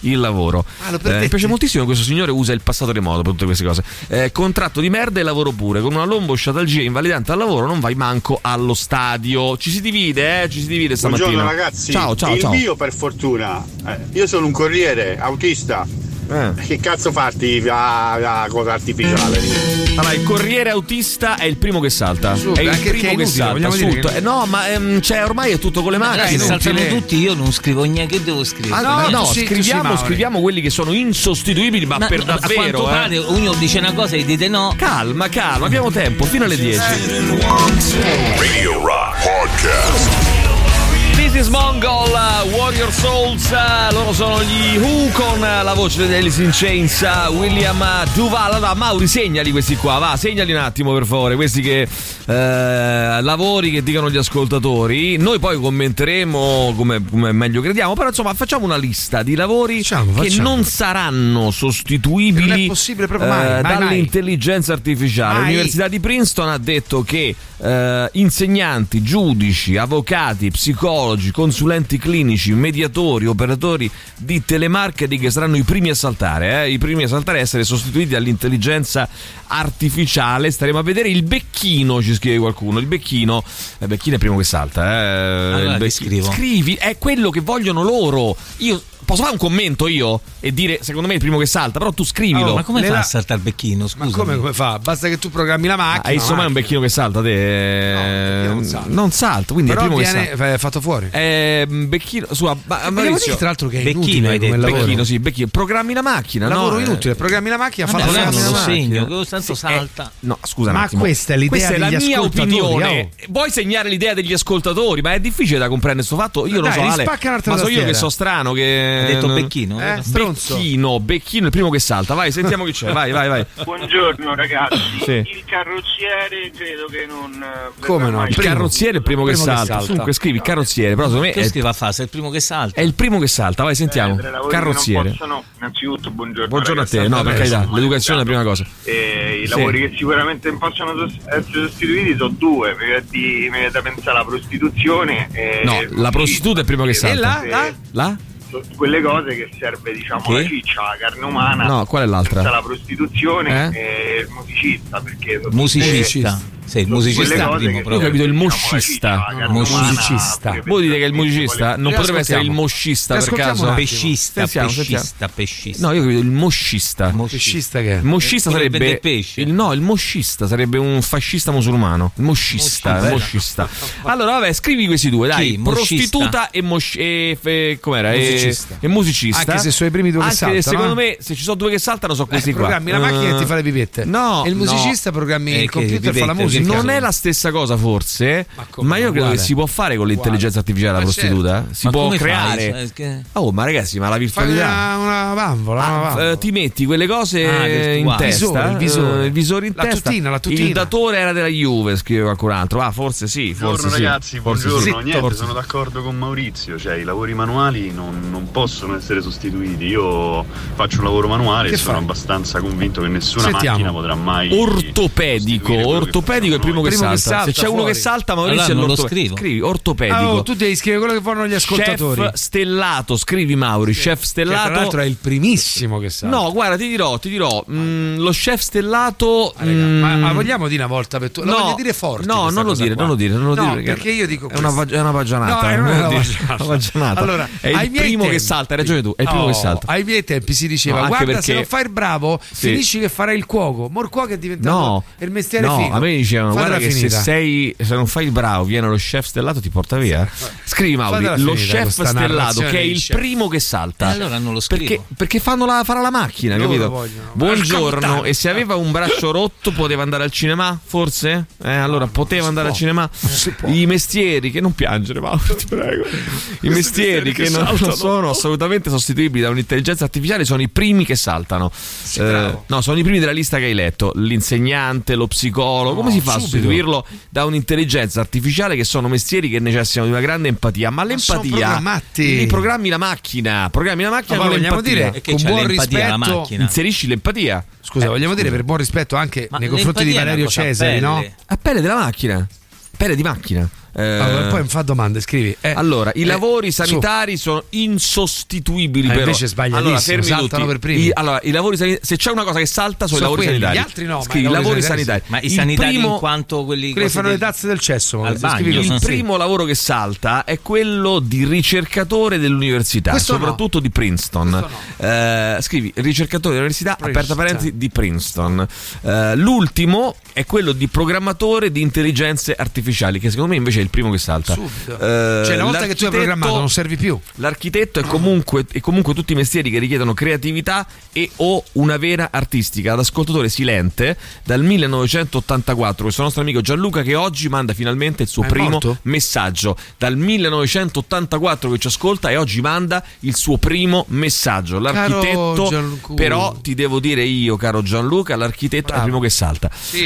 il lavoro. Mi piace moltissimo questo signore usa il passato remoto per tutte queste cose. Contratto di merda e lavoro pure, con una lombo sciatalgia invalidante al lavoro non vai manco allo stadio. Ci si divide stamattina. Buongiorno ragazzi. Ciao. Mio per fortuna, io sono un corriere autista. Che cazzo farti la cosa artificiale? Allora, il corriere autista è il primo che salta. È il primo che salta. No, ma ormai è tutto con le macchine. Saltano tutti, io non scrivo niente. Che devo scrivere? Scriviamo quelli che sono insostituibili, ma per davvero. A quanto pare uno dice una cosa e dite no. Calma, abbiamo tempo fino alle 10. Radio Rock Podcast. This is Mongol, Warrior Souls, loro sono gli Who con la voce di Alice in Chains, William Duval. Allora, Mauri, segnali questi qua, segnali un attimo per favore, questi che lavori che dicano gli ascoltatori. Noi poi commenteremo come meglio crediamo, però insomma facciamo una lista di lavori che non saranno sostituibili, non è possibile proprio mai, dall'intelligenza artificiale. L'Università di Princeton ha detto che insegnanti, giudici, avvocati, psicologi, consulenti clinici, mediatori, operatori di telemarketing saranno i primi a saltare, a essere sostituiti dall'intelligenza artificiale. Staremo a vedere. Il becchino, ci scrive qualcuno, il becchino è il primo che salta. Allora scrivi, è quello che vogliono loro. Io posso fare un commento io e dire secondo me è il primo che salta, però tu scrivilo. Ma come fa a saltare il becchino? Scusa. Ma come fa? Basta che tu programmi la macchina. Insomma è un becchino che salta, te non salta, quindi però è il primo viene che salta. Fatto fuori. Becchino Maurizio, tra l'altro che è becchino, inutile come lavoro. Becchino, sì, becchino. Programmi la macchina, lavoro inutile, programmi la macchina, fa lo segno, tanto salta. No, scusa, ma questa è l'idea degli la mia opinione. Oh. Vuoi segnare l'idea degli ascoltatori? Ma è difficile da comprendere sto fatto. Io lo so, Ale, ma so io che so strano che ha detto becchino. Becchino, il primo che salta. Vai, sentiamo chi c'è. Vai. Buongiorno ragazzi. Sì. Il carrozziere credo che non. Come no? Il carrozziere è il primo che salta. Comunque scrivi carrozziere, però secondo me che scriva fa, se è il primo che salta. È il primo che salta, vai, sentiamo. Carrozziere. Innanzitutto buongiorno. Buongiorno a te. No, per carità, l'educazione è la prima cosa. I lavori che sicuramente non possono essere sostituiti sono due. Mi viene da pensare alla prostituzione. No, la prostituta è il primo che salta. La? Quelle cose che serve, diciamo, la ciccia, la carne umana. No, qual è l'altra? La prostituzione e il musicista, perché musicista. Sì, il musicista primo, io ho capito il moscista. Voi dite che il musicista non potrebbe essere il moscista per caso? Pescista. No, io ho capito il moscista. Pescista che è? Il moscista sarebbe il moscista sarebbe un fascista musulmano. Il moscista. Allora, vabbè, scrivi questi due, dai. Prostituta e com'era? E musicista. Anche se sono i primi due che saltano. Anche secondo me, se ci sono due che saltano, sono questi qua. Programmi la macchina e ti fa le pipette. No. E il musicista programmi il computer e fa la musica. Non è la stessa cosa forse, ma io credo che si può fare con l'intelligenza artificiale la prostituta. Si può creare. Ma ragazzi, ma la virtualità. Una bambola. Ti metti quelle cose in testa. Il visore in testa. La tutina. Il datore era della Juve, scrive qualcun altro. Forse sì. Buongiorno ragazzi, buongiorno. Niente, sono d'accordo con Maurizio. Cioè, i lavori manuali non possono essere sostituiti. Io faccio un lavoro manuale e sono abbastanza convinto che nessuna macchina potrà mai. Ortopedico è il primo che salta. Se c'è uno che salta, Maurizio non lo scrivo. Scrivi ortopedico. Tu devi scrivere quello che fanno gli ascoltatori. Chef stellato, scrivi Mauri. Chef stellato. Tra l'altro è il primissimo che salta. No, guarda, ti dirò. Lo chef stellato. Ma vogliamo dire una volta per tutte? Lo voglio dire forte. No, non lo dire. Perché io dico è una baggianata. No, è una baggianata. Allora, è il primo che salta, hai ragione tu. È il primo che salta. Ai miei tempi si diceva: guarda, se non fai il bravo, finisci che farai il cuoco. Ma il cuoco è diventato il mestiere figo. A me dicevano: guarda che se non fai il bravo, viene lo chef stellato, ti porta via. Scrivi Mauri, lo chef stellato, che è il primo che salta. Allora non lo scrivo. Perché farà la macchina, capito? Buongiorno. E se aveva un braccio rotto, poteva andare al cinema? Forse? Allora poteva andare al cinema. I mestieri che non piangere, Mauri, ti prego. I mestieri che non sono assolutamente sostituibili da un'intelligenza artificiale sono i primi che saltano. Sono i primi della lista che hai letto. L'insegnante, lo psicologo. Come si fa a sostituirlo da un'intelligenza artificiale, che sono mestieri che necessitano di una grande empatia? Ma l'empatia li programmi la macchina. Con vogliamo dire che con buon rispetto la macchina. Inserisci l'empatia. Scusa, vogliamo dire per buon rispetto anche nei confronti di Valerio Cesari, no? A pelle della macchina. Pelle di macchina. Poi mi fa domande, scrivi. Allora, i lavori sanitari sono insostituibili. Però invece sbagliatissimo, saltano per primi. I lavori sanitari, se c'è una cosa che salta sono i lavori sanitari. Gli altri no, scrivi, i lavori sanitari. Ma i sanitari in quanto quelli che fanno le tazze del cesso. Il primo lavoro che salta è quello di ricercatore dell'università, soprattutto di Princeton. Scrivi ricercatore dell'università, aperta parentesi, di Princeton. L'ultimo è quello di programmatore di intelligenze artificiali, che secondo me invece è il primo che salta. Cioè, una volta che tu hai programmato non servi più. L'architetto è comunque tutti i mestieri che richiedono creatività e o una vena artistica. Ad ascoltatore silente dal 1984, questo nostro amico Gianluca, che oggi manda finalmente il suo primo messaggio. Dal 1984 che ci ascolta e oggi manda il suo primo messaggio. L'architetto, però ti devo dire io, caro Gianluca, l'architetto è il primo che salta.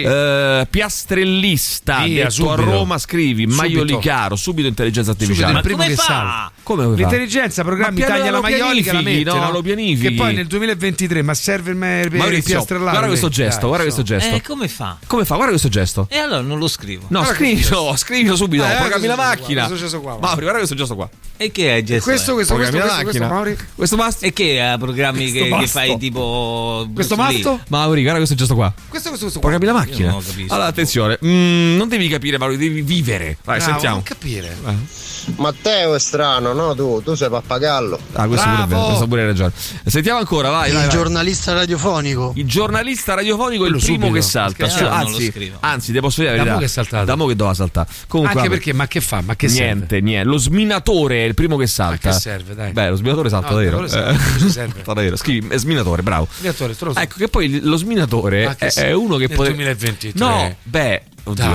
Piastrellista, detto a Roma, scrivi maioli chiaro, subito intelligenza artificiale. Ma il primo che salta. Come l'intelligenza programmi, taglia la maiolica, la mette, no? Lo pianifichi. Che poi nel 2023 ma serve il piastrellare. Guarda questo gesto, guarda questo gesto. Come fa? Guarda questo gesto. E allora non lo scrivo. No, scrivilo subito, programmi la macchina. Mauri, guarda questo gesto qua. E che è gesto? Questo Mauri. Questo masto. E che è programmi che fai tipo questo masto? Mauri, guarda questo gesto qua. Questo qua. Programmi la macchina. Allora attenzione, non devi capire, Mauri, devi vivere. Vai, sentiamo. Non capire. Matteo è strano, no? Tu sei pappagallo. Questo pure è vero, questo pure hai ragione. Sentiamo ancora, vai. Il giornalista radiofonico. Il giornalista radiofonico è il primo che salta. Anzi, te posso dire la verità. Da mo' che è saltato. Da mo' che doveva saltare. Comunque, anche perché, ma che fa? Ma che niente. Lo sminatore è il primo che salta. Ma che serve, dai? Beh, lo sminatore salta, davvero. Serve. Scrivi sminatore, bravo. Ecco che poi lo sminatore è uno che potrebbe 2023. No, Oddio.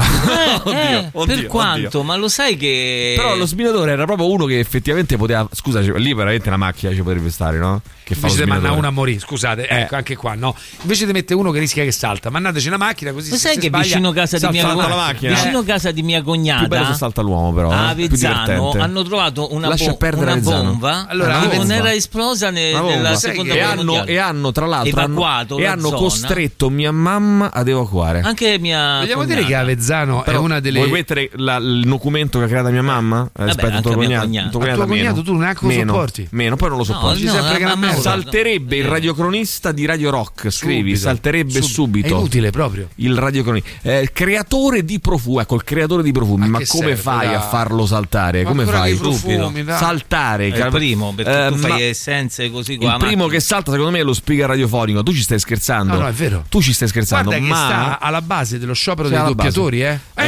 Per quanto? Ma lo sai che però lo sminatore era proprio uno che effettivamente poteva. Scusa, lì veramente una macchina ci potrebbe stare, no? Che fa invece di mandare una a morire, scusate, ecco anche qua, no? Invece di mettere uno che rischia che salta, mandateci una macchina così. Lo sai che vicino casa di mia cognata, vicino casa di mia cognata, più bello se salta l'uomo, però a Avezzano hanno trovato una bomba. Allora non era esplosa nella seconda guerra mondiale. E hanno tra l'altro evacuato e hanno costretto mia mamma ad evacuare. Anche mia vogliamo dire che Avezzano è una delle. Vuoi mettere il documento che ha creato mia mamma? Rispetto a tuo cognato. Tuo cognato tu neanche lo sopporti. Meno, poi non lo sopporti. Salterebbe il radiocronista di Radio Rock. Scrivi, salterebbe subito. È inutile proprio. Il radiocronista. Creatore di profumi. Ecco, il creatore di profumi. Ma come fai a farlo saltare? Come fai? Saltare. È il primo, perché tu fai essenze così qua. Il primo che salta, secondo me, è lo speaker radiofonico. Tu ci stai scherzando? No, è vero. Tu ci stai scherzando. Guarda che sta alla base dello sciopero dei doppiatori,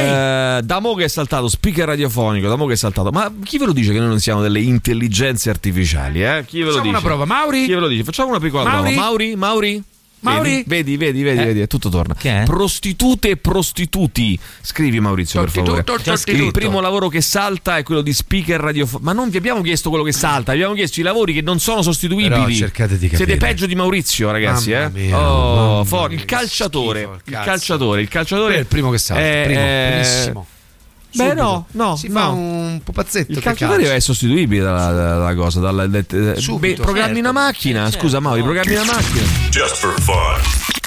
da mo' che è saltato speaker radiofonico, da mo' che è saltato. Ma chi ve lo dice che noi non siamo delle intelligenze artificiali? Chi ve lo dice? Facciamo una prova, Mauri? Chi ve lo dice? Facciamo una piccola prova. Mauri? Vedi, tutto torna. Che è? Prostitute e prostituti. Scrivi, Maurizio, per favore. Il primo lavoro che salta è quello di speaker radiofonico. Ma non vi abbiamo chiesto quello che salta, vi abbiamo chiesto i lavori che non sono sostituibili. Però cercate di capire. Siete peggio di Maurizio, ragazzi. Il calciatore. Il calciatore è il primo che salta. Primissimo. Beh, no, si fa un pupazzetto. Il calciatore è sostituibile dalla cosa. Programmi una macchina. Scusa, Mauri, programmi una macchina. Just for fun.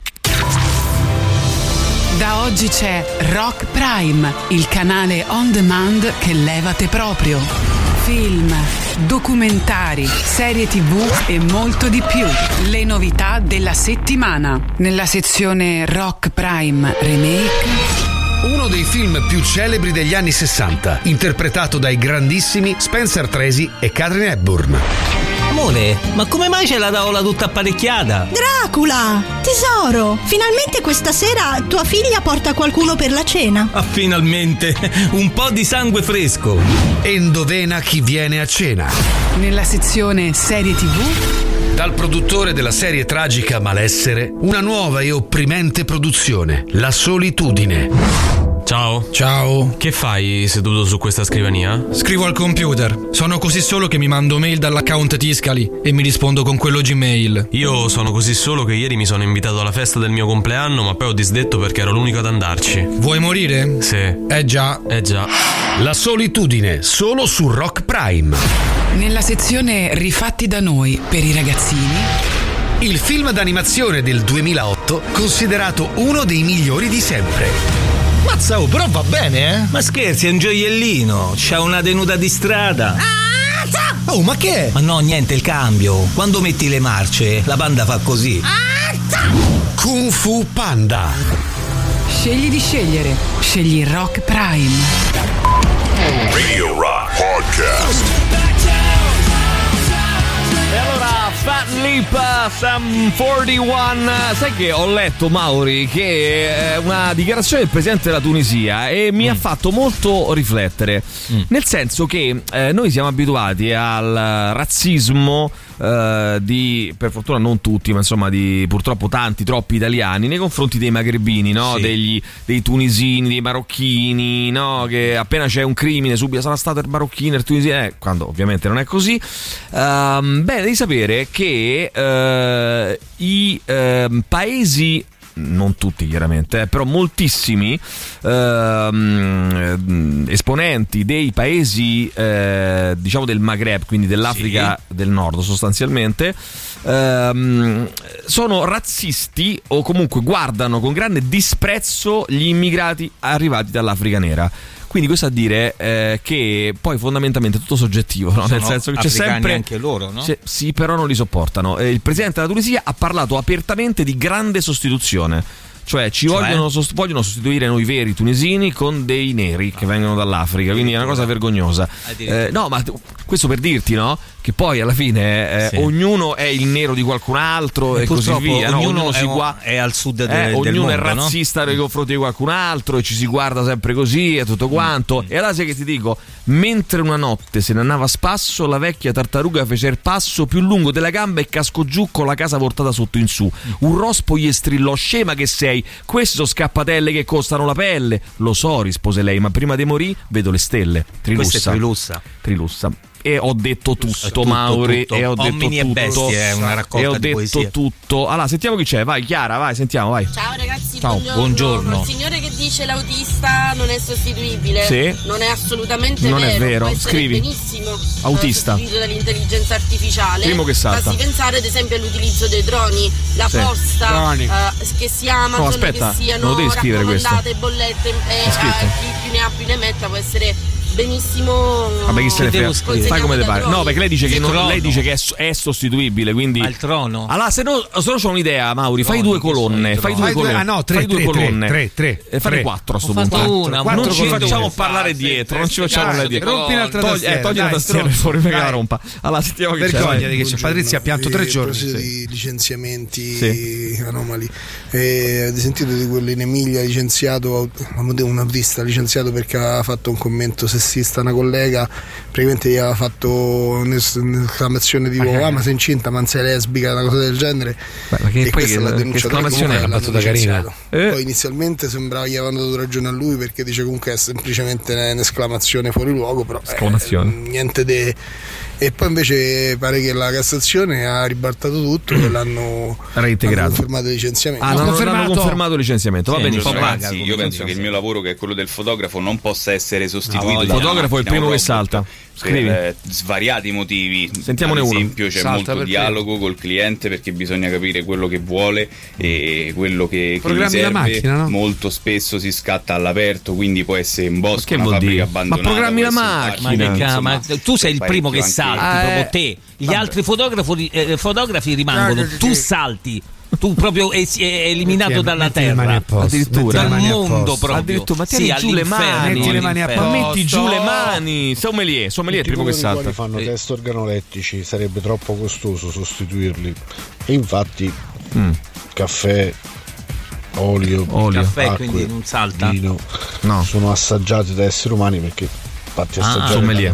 Da oggi c'è Rock Prime, il canale on demand che levate proprio. Film, documentari, serie TV e molto di più. Le novità della settimana. Nella sezione Rock Prime Remake. Uno dei film più celebri degli anni 60, interpretato dai grandissimi Spencer Tracy e Katharine Hepburn. Amore, ma come mai c'è la tavola tutta apparecchiata? Dracula! Tesoro, finalmente questa sera tua figlia porta qualcuno per la cena. Ah, finalmente! Un po' di sangue fresco. E indovina chi viene a cena. Nella sezione serie TV. Dal produttore della serie tragica Malessere, una nuova e opprimente produzione, La Solitudine. Ciao. Che fai seduto su questa scrivania? Scrivo al computer. Sono così solo che mi mando mail dall'account Tiscali e mi rispondo con quello Gmail. Io sono così solo che ieri mi sono invitato alla festa del mio compleanno, ma poi ho disdetto perché ero l'unico ad andarci. Vuoi morire? Sì. Già. La Solitudine, solo su Rock Prime. Nella sezione Rifatti da noi per i ragazzini. Il film d'animazione del 2008 considerato uno dei migliori di sempre. Mazza, però va bene, eh? Ma scherzi, è un gioiellino. C'ha una tenuta di strada. Oh, ma che è? Ma no, niente, il cambio. Quando metti le marce, la Panda fa così. Kung Fu Panda. Scegli di scegliere. Scegli Rock Prime. Radio Rock Podcast. E allora, Fat Lip, Sum 41. Sai che ho letto, Mauri, che è una dichiarazione del presidente della Tunisia e mi ha fatto molto riflettere. Nel senso che noi siamo abituati al razzismo di, per fortuna non tutti, ma insomma di purtroppo troppi italiani nei confronti dei magrebini, no? Sì. Dei tunisini, dei marocchini, no? Che appena c'è un crimine subito sarà stato il marocchino, il tunisino, quando ovviamente non è così. Bene, devi sapere che i paesi, non tutti chiaramente, però moltissimi esponenti dei paesi diciamo del Maghreb, quindi dell'Africa del Nord sostanzialmente, sono razzisti o comunque guardano con grande disprezzo gli immigrati arrivati dall'Africa nera. Quindi questo a dire che poi fondamentalmente è tutto soggettivo, no? Nel senso che c'è sempre anche loro, no? Sì, però non li sopportano. Il presidente della Tunisia ha parlato apertamente di grande sostituzione. Cioè vogliono sostituire noi veri tunisini con dei neri che vengono dall'Africa, quindi è una cosa vergognosa. No, ma questo per dirti, no? Che poi alla fine ognuno è il nero di qualcun altro e così via. Ognuno è al sud del ognuno mondo, è razzista nei confronti di qualcun altro e ci si guarda sempre così e tutto quanto. E allora sai che ti dico? Mentre una notte se ne andava a spasso, la vecchia tartaruga fece il passo più lungo della gamba e cascò giù con la casa portata sotto in su. Un rospo gli strillò: scema che sei, queste sono scappatelle che costano la pelle. Lo so, rispose lei, ma prima di morì vedo le stelle. Trilussa. E ho detto tutto, Mauri. E ho detto Uomini tutto. E bestie, è una raccolta e ho di detto tutto. Allora, sentiamo chi c'è. Vai, Chiara, vai, sentiamo, vai. Ciao ragazzi, ciao. Buongiorno. Il signore che dice l'autista non è sostituibile, non è assolutamente non è vero. Può essere Scrivi. Benissimo autista sostituito dall'intelligenza artificiale. Primo che salta. Basti pensare ad esempio all'utilizzo dei droni, la posta, che si Amazon, che siano raccomandate, bollette, chi più ne ha più ne metta, può essere benissimo. Vabbè, chi se ne frega, fai come te pare. No, perché lei dice che lei dice che è sostituibile, quindi al trono. Allora, se no c'ho un'idea, Mauri, fai due colonne, fai due colonne. Tre. Fare quattro a sto punto. Non ci facciamo parlare dietro, non ci facciamo parlare dietro. Rompi un'altra tastiera. Togli la tastiera fuori, perché la rompa. Allora, sentiamo che c'è. Vergognati che c'è. Patrizia ha pianto 3 giorni. Di licenziamenti anomali. Avete sentito di quello in Emilia licenziato, un autista licenziato perché aveva fatto un commento sessista a una collega, praticamente gli aveva fatto un'esclamazione tipo ma sei incinta, ma sei lesbica, una cosa del genere. Ma che e poi questa l'ha denunciata, esclamazione è una battuta carina. Poi inizialmente sembrava gli avevano dato ragione a lui perché dice comunque è semplicemente un'esclamazione fuori luogo, però niente de. E poi invece pare che la Cassazione ha ribaltato tutto e l'hanno reintegrato, confermato il licenziamento. Hanno confermato il licenziamento. Va bene, ragazzi, io penso che il mio lavoro, che è quello del fotografo, non possa essere sostituito. Il fotografo è il primo che salta. Per svariati motivi. Sentiamone uno. Ad esempio c'è molto dialogo col cliente perché bisogna capire quello che vuole e quello che gli serve. La macchina, no? Molto spesso si scatta all'aperto, quindi può essere in bosco, una fabbrica abbandonata. Ma programmi la macchina. Ma tu sei il primo che salti, proprio te. Gli altri fotografi rimangono, tu salti. Tu proprio è eliminato dalla terra, addirittura dal mondo proprio. Addirittura, ma tieni giù le mani, metti giù le mani. Sommelier il primo che salta. Fanno test organolettici, sarebbe troppo costoso sostituirli. E infatti caffè, olio, caffè, acque, quindi non salta. Vino, sono assaggiati da esseri umani perché sommelier.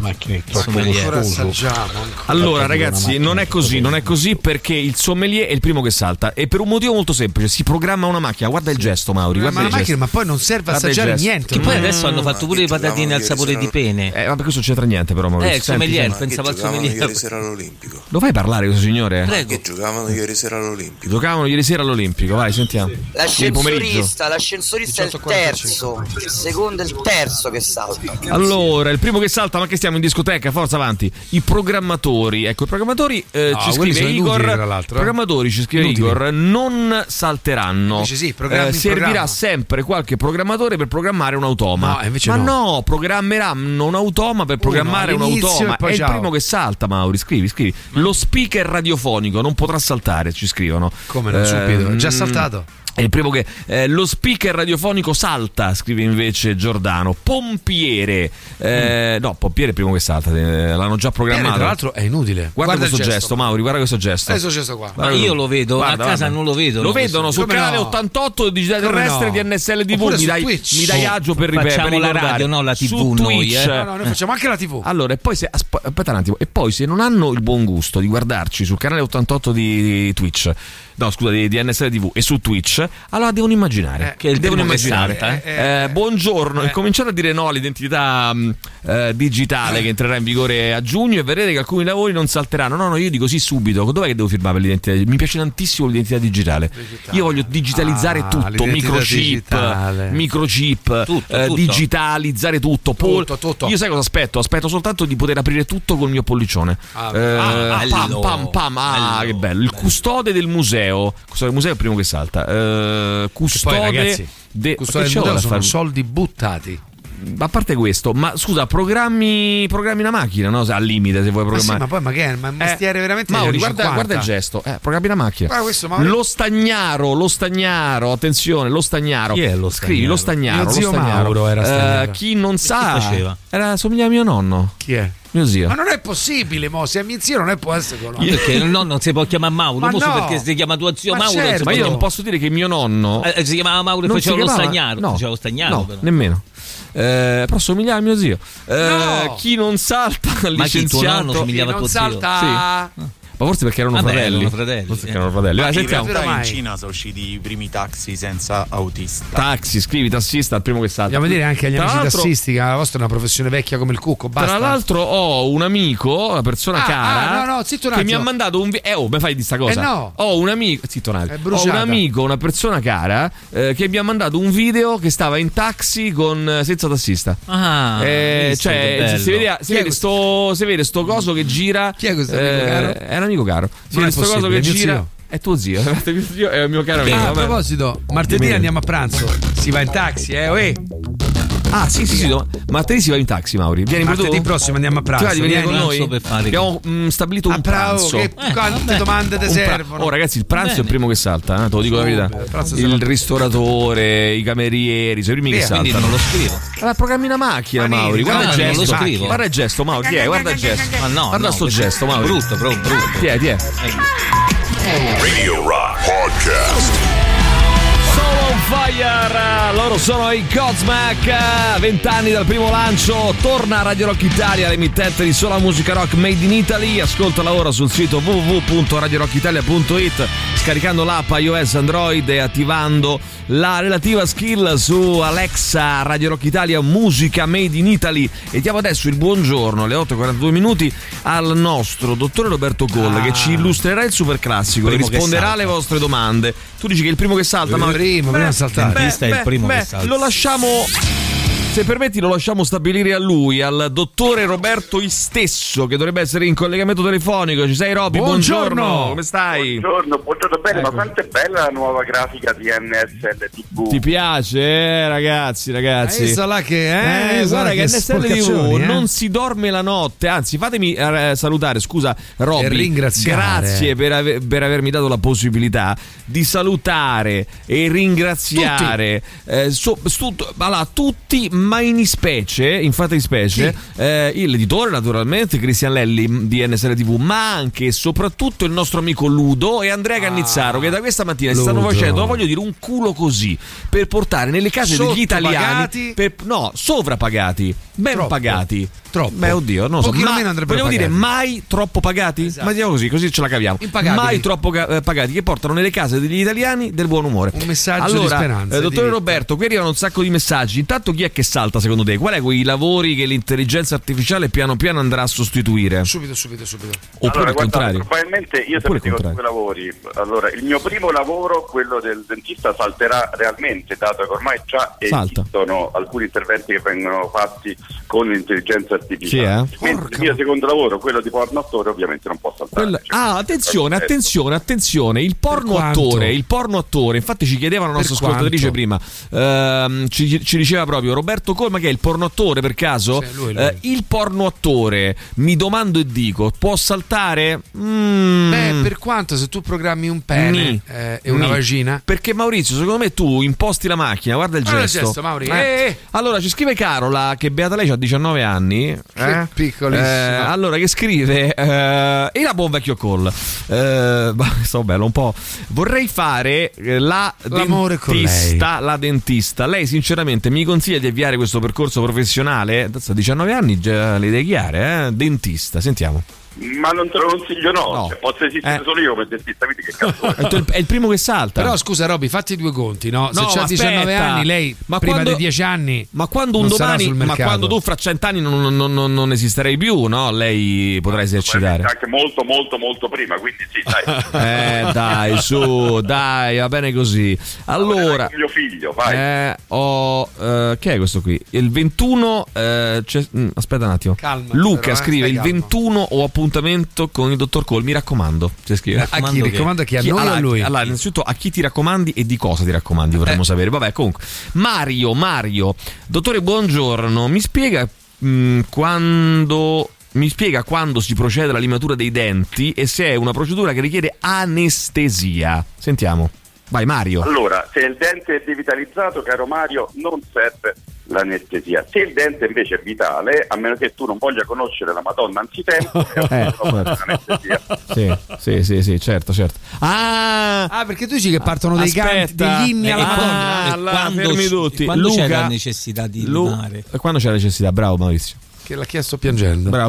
Allora ragazzi, non è così perché il sommelier è il primo che salta e per un motivo molto semplice: si programma una macchina. Guarda il gesto, Mauri, guarda il gesto. Ma poi non serve assaggiare niente. Che poi adesso hanno fatto pure le patatine al sapore di pene. Ma per questo non c'entra niente, però Mauri. Il sommelier, pensavo al sommelier. Ieri sera all'Olimpico. Lo fai parlare questo signore? Prego. Che giocavano ieri sera all'Olimpico. Vai, sentiamo. L'ascensorista è il terzo, il secondo è il terzo che salta. Allora, il primo che salta, ma che stiamo in discoteca, forza avanti. I programmatori, ecco, i programmatori ci scrive Igor. I programmatori ci scrive Igor, non salteranno. Sì, servirà sempre qualche programmatore per programmare un automa. No, programmeranno un automa per programmare un automa. È il primo che salta, Mauri. Scrivi. Lo speaker radiofonico non potrà saltare, ci scrivono. Come no, subito, è già saltato. È il primo che lo speaker radiofonico salta, scrive invece Giordano. Pompiere, no, pompiere è il primo che salta, l'hanno già programmato. Tra l'altro è inutile. Guarda questo gesto, Mauri, guarda questo gesto. Questo gesto qua. Ma io lo vedo, a casa non lo vedo. Lo vedono sul canale 88 digitale terrestre di NSL TV. Mi dai agio per ripetere. Facciamo la radio, no la TV su Twitch. No, noi facciamo anche la TV. Allora, e poi aspetta un attimo, e poi se non hanno il buon gusto di guardarci sul canale 88 di Twitch, no scusa, di NSL TV e su Twitch, allora devono immaginare che devono immaginare buongiorno, incominciate a dire no all'identità digitale che entrerà in vigore a giugno e vedrete che alcuni lavori non salteranno. No, io dico sì subito. Dov'è che devo firmare per l'identità? Mi piace tantissimo l'identità digitale. Io voglio digitalizzare tutto, microchip, tutto. Digitalizzare tutto. Io sai cosa aspetto? Aspetto soltanto di poter aprire tutto col mio pollicione. Che bello. Il custode del museo. Custode del museo è il primo che salta. Custode poi, ragazzi, custode del museo sono soldi buttati. A parte questo, ma scusa, programmi una macchina, no? Al limite, se vuoi programmare. Ma poi ma è un mestiere veramente. Mauri, guarda il gesto. Programmi una macchina. Lo stagnaro, attenzione, lo stagnaro. Chi è lo stagnaro? Scrivi lo stagnaro. Mio zio Mauro era stagnaro. Chi non sa, chi faceva? Somigliava a mio nonno. Chi è? Mio zio. Ma non è possibile, se è mio zio non può essere con noi. Perché il nonno non si può chiamare Mauro, non so perché si chiama tuo zio Mauro. Certo. Ma io non posso dire che mio nonno si chiamava Mauro e faceva lo stagnaro. No, faceva lo stagnaro, no, nemmeno. Però somigliava a mio zio. Chi non salta, licenziato. Ma chi tuo nonno somigliava a tuo zio? Salta. Sì. Ma forse perché erano fratelli. Forse erano fratelli. Ma in realtà in Cina sono usciti i primi taxi senza autista. Taxi, scrivi tassista, il primo che salta. Andiamo a dire anche agli amici tassisti che la vostra è una professione vecchia come il cucco. Basta. Tra l'altro ho un amico, una persona cara, zitto un che mi ha mandato un mi fai di sta cosa? No. Ho un amico, zitto un attimo. Ho un amico, una persona cara, che mi ha mandato un video che stava in taxi senza tassista. Cioè si vede sto coso che gira. Chi è questo amico caro? È un amico caro. Questo coso che gira è tuo zio, è il mio caro amico. A proposito, martedì andiamo a pranzo. Si va in taxi, Sì, martedì si va in taxi, Mauri. Vieni martedì prossimo andiamo a pranzo. Vieni con noi. Abbiamo stabilito un pranzo. Quante domande ti servono? Ragazzi, il pranzo è il primo che salta, te lo dico la verità. Il ristoratore, i camerieri, sono i primi che saltano. Quindi non lo scrivo. Allora, programmi una macchina, Mauri. Guarda il gesto. Non lo scrivo. Guarda il gesto, Mauri. Guarda il gesto. Ma no, guarda sto gesto, Mauri. Brutto. Ti è. Radio Rock Podcast. Solo on fire, loro sono i Godsmack, 20 anni dal primo lancio, torna a Radio Rock Italia, l'emittente di sola musica rock made in Italy, ascoltala ora sul sito www.radiorockyitalia.it, scaricando l'app iOS, Android e attivando la relativa skill su Alexa. Radio Rock Italia, musica made in Italy. E diamo adesso il buongiorno alle 8:42 minuti al nostro dottore Roberto Coll, che ci illustrerà il super classico e risponderà alle vostre domande. Tu dici che è il primo che salta, ma prima saltare. È il primo che salta. Lo lasciamo, se permetti, lo lasciamo stabilire a lui, al dottore Roberto stesso, che dovrebbe essere in collegamento telefonico. Ci sei, Roby? Buongiorno. Come stai? Buongiorno, bene. Ecco. Ma quanto è bella la nuova grafica di NSL TV. Ti piace, ragazzi? Guarda che NSL TV non si dorme la notte. Anzi, fatemi salutare, scusa Roby, grazie per avermi dato la possibilità di salutare e ringraziare tutti, ma in fatto di specie l'editore, naturalmente, Cristian Lelli di NSL TV, ma anche e soprattutto il nostro amico Ludo e Andrea Cannizzaro, che da questa mattina si stanno facendo, voglio dire, un culo così per portare nelle case degli italiani sovrapagati, ben troppo pagati. Troppo. Beh, oddio, non lo so. Vogliamo dire mai troppo pagati? Esatto. Ma diciamo così ce la caviamo. Mai troppo pagati, che portano nelle case degli italiani del buon umore. Un messaggio di speranza. Dottore Roberto, qui arrivano un sacco di messaggi. Intanto chi è che salta secondo te? Qual è quei lavori che l'intelligenza artificiale piano piano andrà a sostituire? Subito. Oppure il contrario? Probabilmente io se dico due lavori. Allora, il mio primo lavoro, quello del dentista, salterà realmente, dato che ormai già esistono alcuni interventi che vengono fatti con l'intelligenza artificiale. Sì, mentre il mio secondo lavoro, quello di porno attore, ovviamente non può saltare. Attenzione, il porno attore, infatti ci chiedeva la nostra ascoltatrice prima, ci diceva proprio Roberto Colma che è il porno attore per caso? Sì, lui. Il porno attore, mi domando e dico, può saltare? Beh, per quanto se tu programmi un pene e una vagina. Perché Maurizio, secondo me tu imposti la macchina, guarda il gesto. Allora ci scrive Carola, che beata lei ha 19 anni, che piccolissima, allora che scrive e la buon vecchio call, sto bello un po', vorrei fare l'amore con lei. La dentista, lei sinceramente mi consiglia di avviare questo percorso professionale? A 19 anni già le idee chiare, dentista, sentiamo. Ma non te lo consiglio, no. Cioè, posso esistere solo io come dentista, quindi che cazzo è il primo che salta. Però scusa Roby, fatti due conti, no? Se c'ha 19 anni, lei prima dei 10 anni, ma quando un domani, ma quando tu fra 100 anni non esisterei più, no? Lei potrà esercitare anche molto molto molto prima, quindi sì, dai. Dai, su, dai, va bene così. Allora, mio figlio, vai. Che è questo qui? Il 21 aspetta un attimo. Calma, Luca però, scrive il 21 ho appuntamento con il dottor Cole, mi raccomando. Scrive. A chi raccomanda? Chi a noi o a lui? Allora, innanzitutto a chi ti raccomandi e di cosa ti raccomandi vorremmo sapere. Vabbè, comunque Mario, dottore buongiorno, mi spiega quando si procede alla limatura dei denti e se è una procedura che richiede anestesia. Sentiamo. Vai Mario. Allora, se il dente è devitalizzato, caro Mario, non serve l'anestesia. Se il dente invece è vitale, a meno che tu non voglia conoscere la Madonna anzitempo, l'anestesia. Sì, certo. Perché tu dici che partono degli inni alla Madonna. Fermi tutti. Quando c'è la necessità di limare? Quando c'è la necessità? Bravo Maurizio. Che l'ha chiesto piangendo. Bravo.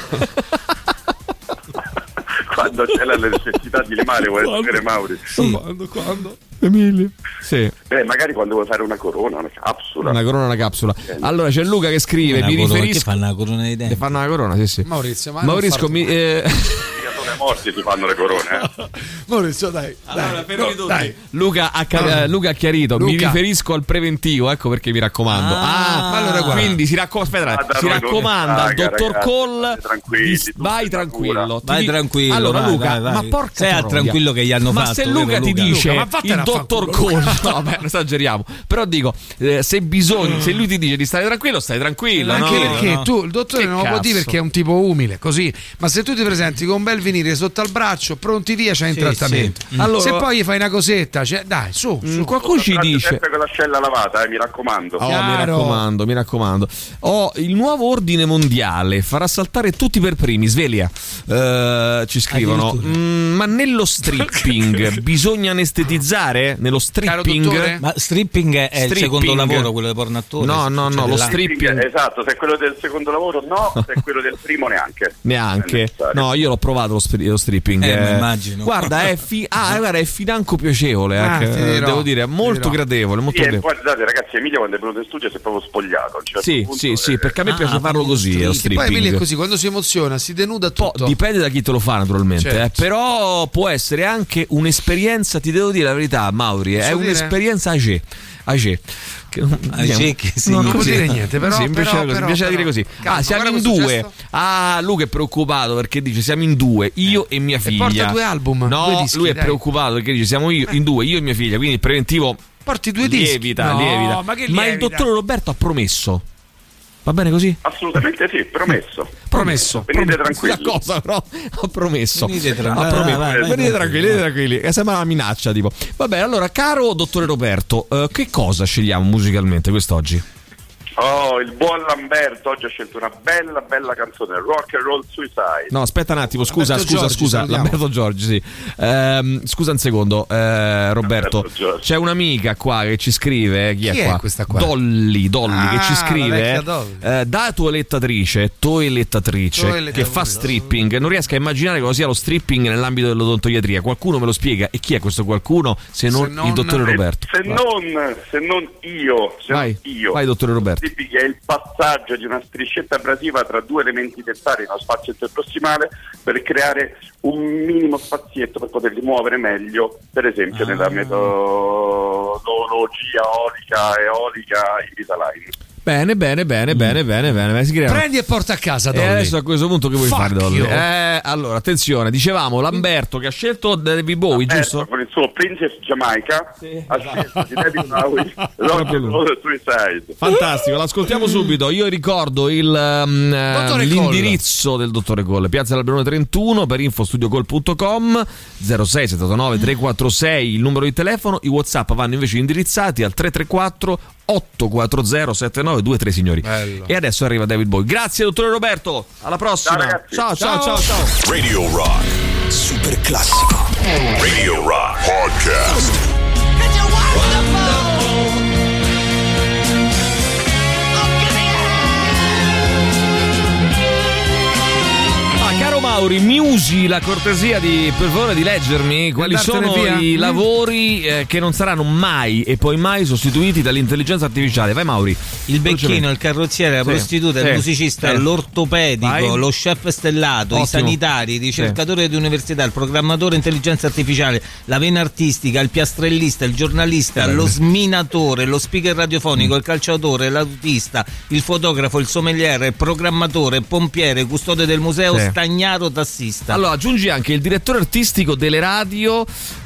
Quando c'è la necessità di limare, vuoi sapere Maurizio? Sì. Quando? Emilio. Sì. Magari quando vuoi fare una corona, una capsula. Una capsula. Allora c'è Luca che scrive: mi riferisco. Che fanno una corona dei denti? Fanno una corona, sì. Maurizio, morti si fanno le corone. Maurizio, dai. Allora, dai. Luca ha chiarito. Mi riferisco al preventivo, ecco perché mi raccomando. Allora, quindi si raccomanda al dottor Cole. Vai tranquillo. Allora, Luca, ma porca sei tranquillo che gli hanno fatto. Ma se Luca ti dice il dottor Cole, no, vabbè, non esageriamo. Però dico, se lui ti dice di stare tranquillo, stai tranquillo. Anche perché tu, il dottore non lo può dire perché è un tipo umile, così. Ma se tu ti presenti con un bel vinile sotto al braccio, pronti via, c'hai in trattamento. Allora, se poi gli fai una cosetta, dai, su. Qualcuno ci dice sempre con l'ascella lavata, mi raccomando. Mi raccomando. Il nuovo ordine mondiale farà saltare tutti per primi. Svelia. Ci scrivono. Ma nello stripping bisogna anestetizzare? Nello stripping? Ma stripping è il secondo lavoro, quello dei pornatori? No, lo stripping. Esatto, se è quello del secondo lavoro no, se è quello del primo neanche. No, io l'ho provato lo stripping. Immagino. Guarda, è financo piacevole, devo dire, molto gradevole. Molto gradevole. Guardate ragazzi, Emilio quando è venuto in studio si è proprio spogliato. Sì, perché a me piace farlo così, lo stripping. Poi Emilio è così, quando si emoziona si denuda tutto. Dipende da chi te lo fa naturalmente, però può essere anche un'esperienza, ti devo dire la verità Mauri, è un'esperienza age. Non vuol dire niente, però mi piace dire così. Siamo in due. Luca è preoccupato perché dice siamo in due, io e mia figlia. E porta 2 album. No, dischi, lui è preoccupato perché dice siamo in due, io e mia figlia, quindi il preventivo porti 2 dischi. Lievita. Ma il dottore Roberto ha promesso. Va bene così? Assolutamente sì, promesso. Venite tranquilli. La cosa però ho promesso. Venite tranquilli. Sembra una minaccia tipo. Vabbè, allora caro dottore Roberto, che cosa scegliamo musicalmente quest'oggi? Il buon Lamberto oggi ha scelto una bella canzone, Rock and Roll Suicide. No, aspetta un attimo, scusa, Lamberto Giorgi, sì. Scusa un secondo, Roberto. C'è un'amica qua che ci scrive, chi è qua? Questa qua? Dolly che ci scrive da toelettatrice che fa stripping. Non riesco a immaginare cosa sia lo stripping nell'ambito dell'odontoiatria. Qualcuno me lo spiega? E chi è questo qualcuno se non il dottore Roberto? Se non io. Vai dottore Roberto. significa il passaggio di una striscetta abrasiva tra due elementi dentali nello spazio interprossimale per creare un minimo spazietto per poterli muovere meglio, per esempio nella metodologia eolica Invisalign. Bene. Si crea... Prendi e porta a casa, Dolly. E adesso a questo punto che vuoi fare, Dolly? Allora, attenzione, dicevamo Lamberto che ha scelto David Bowie, giusto? Con il suo Princess Jamaica ha scelto di David Bowie Suicide. Fantastico, l'ascoltiamo subito. Io ricordo l'indirizzo del Dottore Cole, Piazza Alberone 31, per infostudioCall.com, 06 79 346 il numero di telefono. I WhatsApp vanno invece indirizzati al 334 840 7923, signori. Bello. E adesso arriva David Bowie. Grazie dottore Roberto, alla prossima. Ciao. Radio Rock super classico. Radio Rock Podcast. Mauri, mi usi la cortesia di, per favore, di leggermi quali sono i lavori che non saranno mai e poi mai sostituiti dall'intelligenza artificiale. Vai Mauri. Il becchino, il carrozziere, la prostituta, il musicista, l'ortopedico, lo chef stellato, i sanitari, il ricercatore di università, il programmatore intelligenza artificiale, la vena artistica, il piastrellista, il giornalista, lo sminatore, lo speaker radiofonico, il calciatore, l'autista, il fotografo, il sommelier, il programmatore, il pompiere, il custode del museo, stagnaro, tassista. Allora aggiungi anche il direttore artistico delle radio,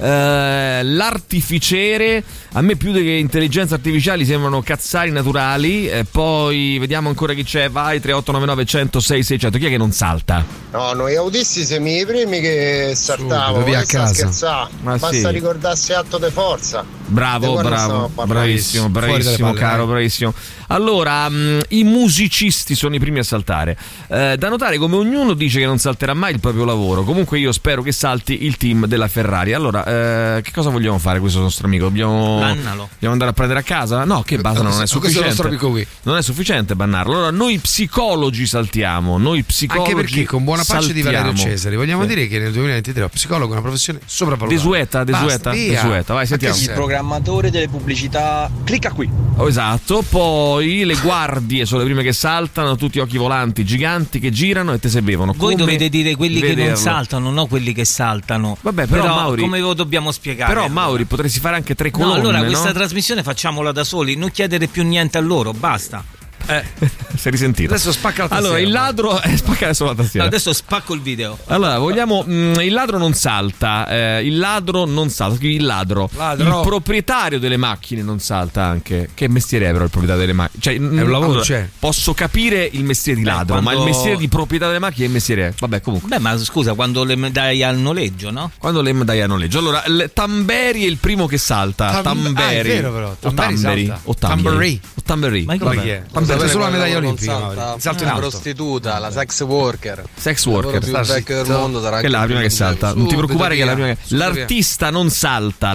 l'artificiere. A me più che intelligenze artificiali sembrano cazzari naturali. Poi vediamo ancora chi c'è. Vai 3899 106 600. Chi è che non salta? No, noi autisti siamo i primi che saltavamo. Via a casa. Basta ricordarsi atto di forza. Bravo, bravissimo caro, bravissimo. Allora, i musicisti sono i primi a saltare. Da notare come ognuno dice che non salterà mai il proprio lavoro. Comunque io spero che salti il team della Ferrari. Allora, che cosa vogliamo fare questo nostro amico? Dobbiamo andare a prendere a casa? No, che basta, non è sufficiente. Non è sufficiente bannarlo. Allora, noi psicologi saltiamo. Anche perché con buona pace di Valerio Cesari vogliamo dire che nel 2023 lo psicologo è una professione sopravvalutata. Desueta. Vai, sentiamo. Il programmatore delle pubblicità clicca qui. Esatto. Poi le guardie sono le prime che saltano, tutti occhi volanti giganti che girano e te se bevono. Voi dovete dire quelli che non saltano, non quelli che saltano. Però Mauri, come lo dobbiamo spiegare? Però Mauri, potresti fare anche 3 colonne. Allora questa trasmissione facciamola da soli, non chiedere più niente a loro, basta. Si è risentito. Adesso spacca la tastiera. Allora il ladro spacca adesso la tastiera. Adesso spacco il video. Allora vogliamo il ladro non salta. Scrivi il ladro. Il proprietario delle macchine non salta anche. Che mestiere è però il proprietario delle macchine? Cioè, è un lavoro, posso capire il mestiere di ladro, ma il mestiere di proprietario delle macchine che mestiere è? Vabbè, comunque. Ma scusa, quando le dai al noleggio, no? Quando le dai al noleggio. Allora Tamberi è il primo che salta. Tamberi. È vero però. Tamberi. Ma che è? Solo la medaglia olimpica. Salta in alto. Prostituta, la sex worker. Il più vecchio del mondo sarà che è la prima che salta. Non ti preoccupare che è la prima che... L'artista non salta.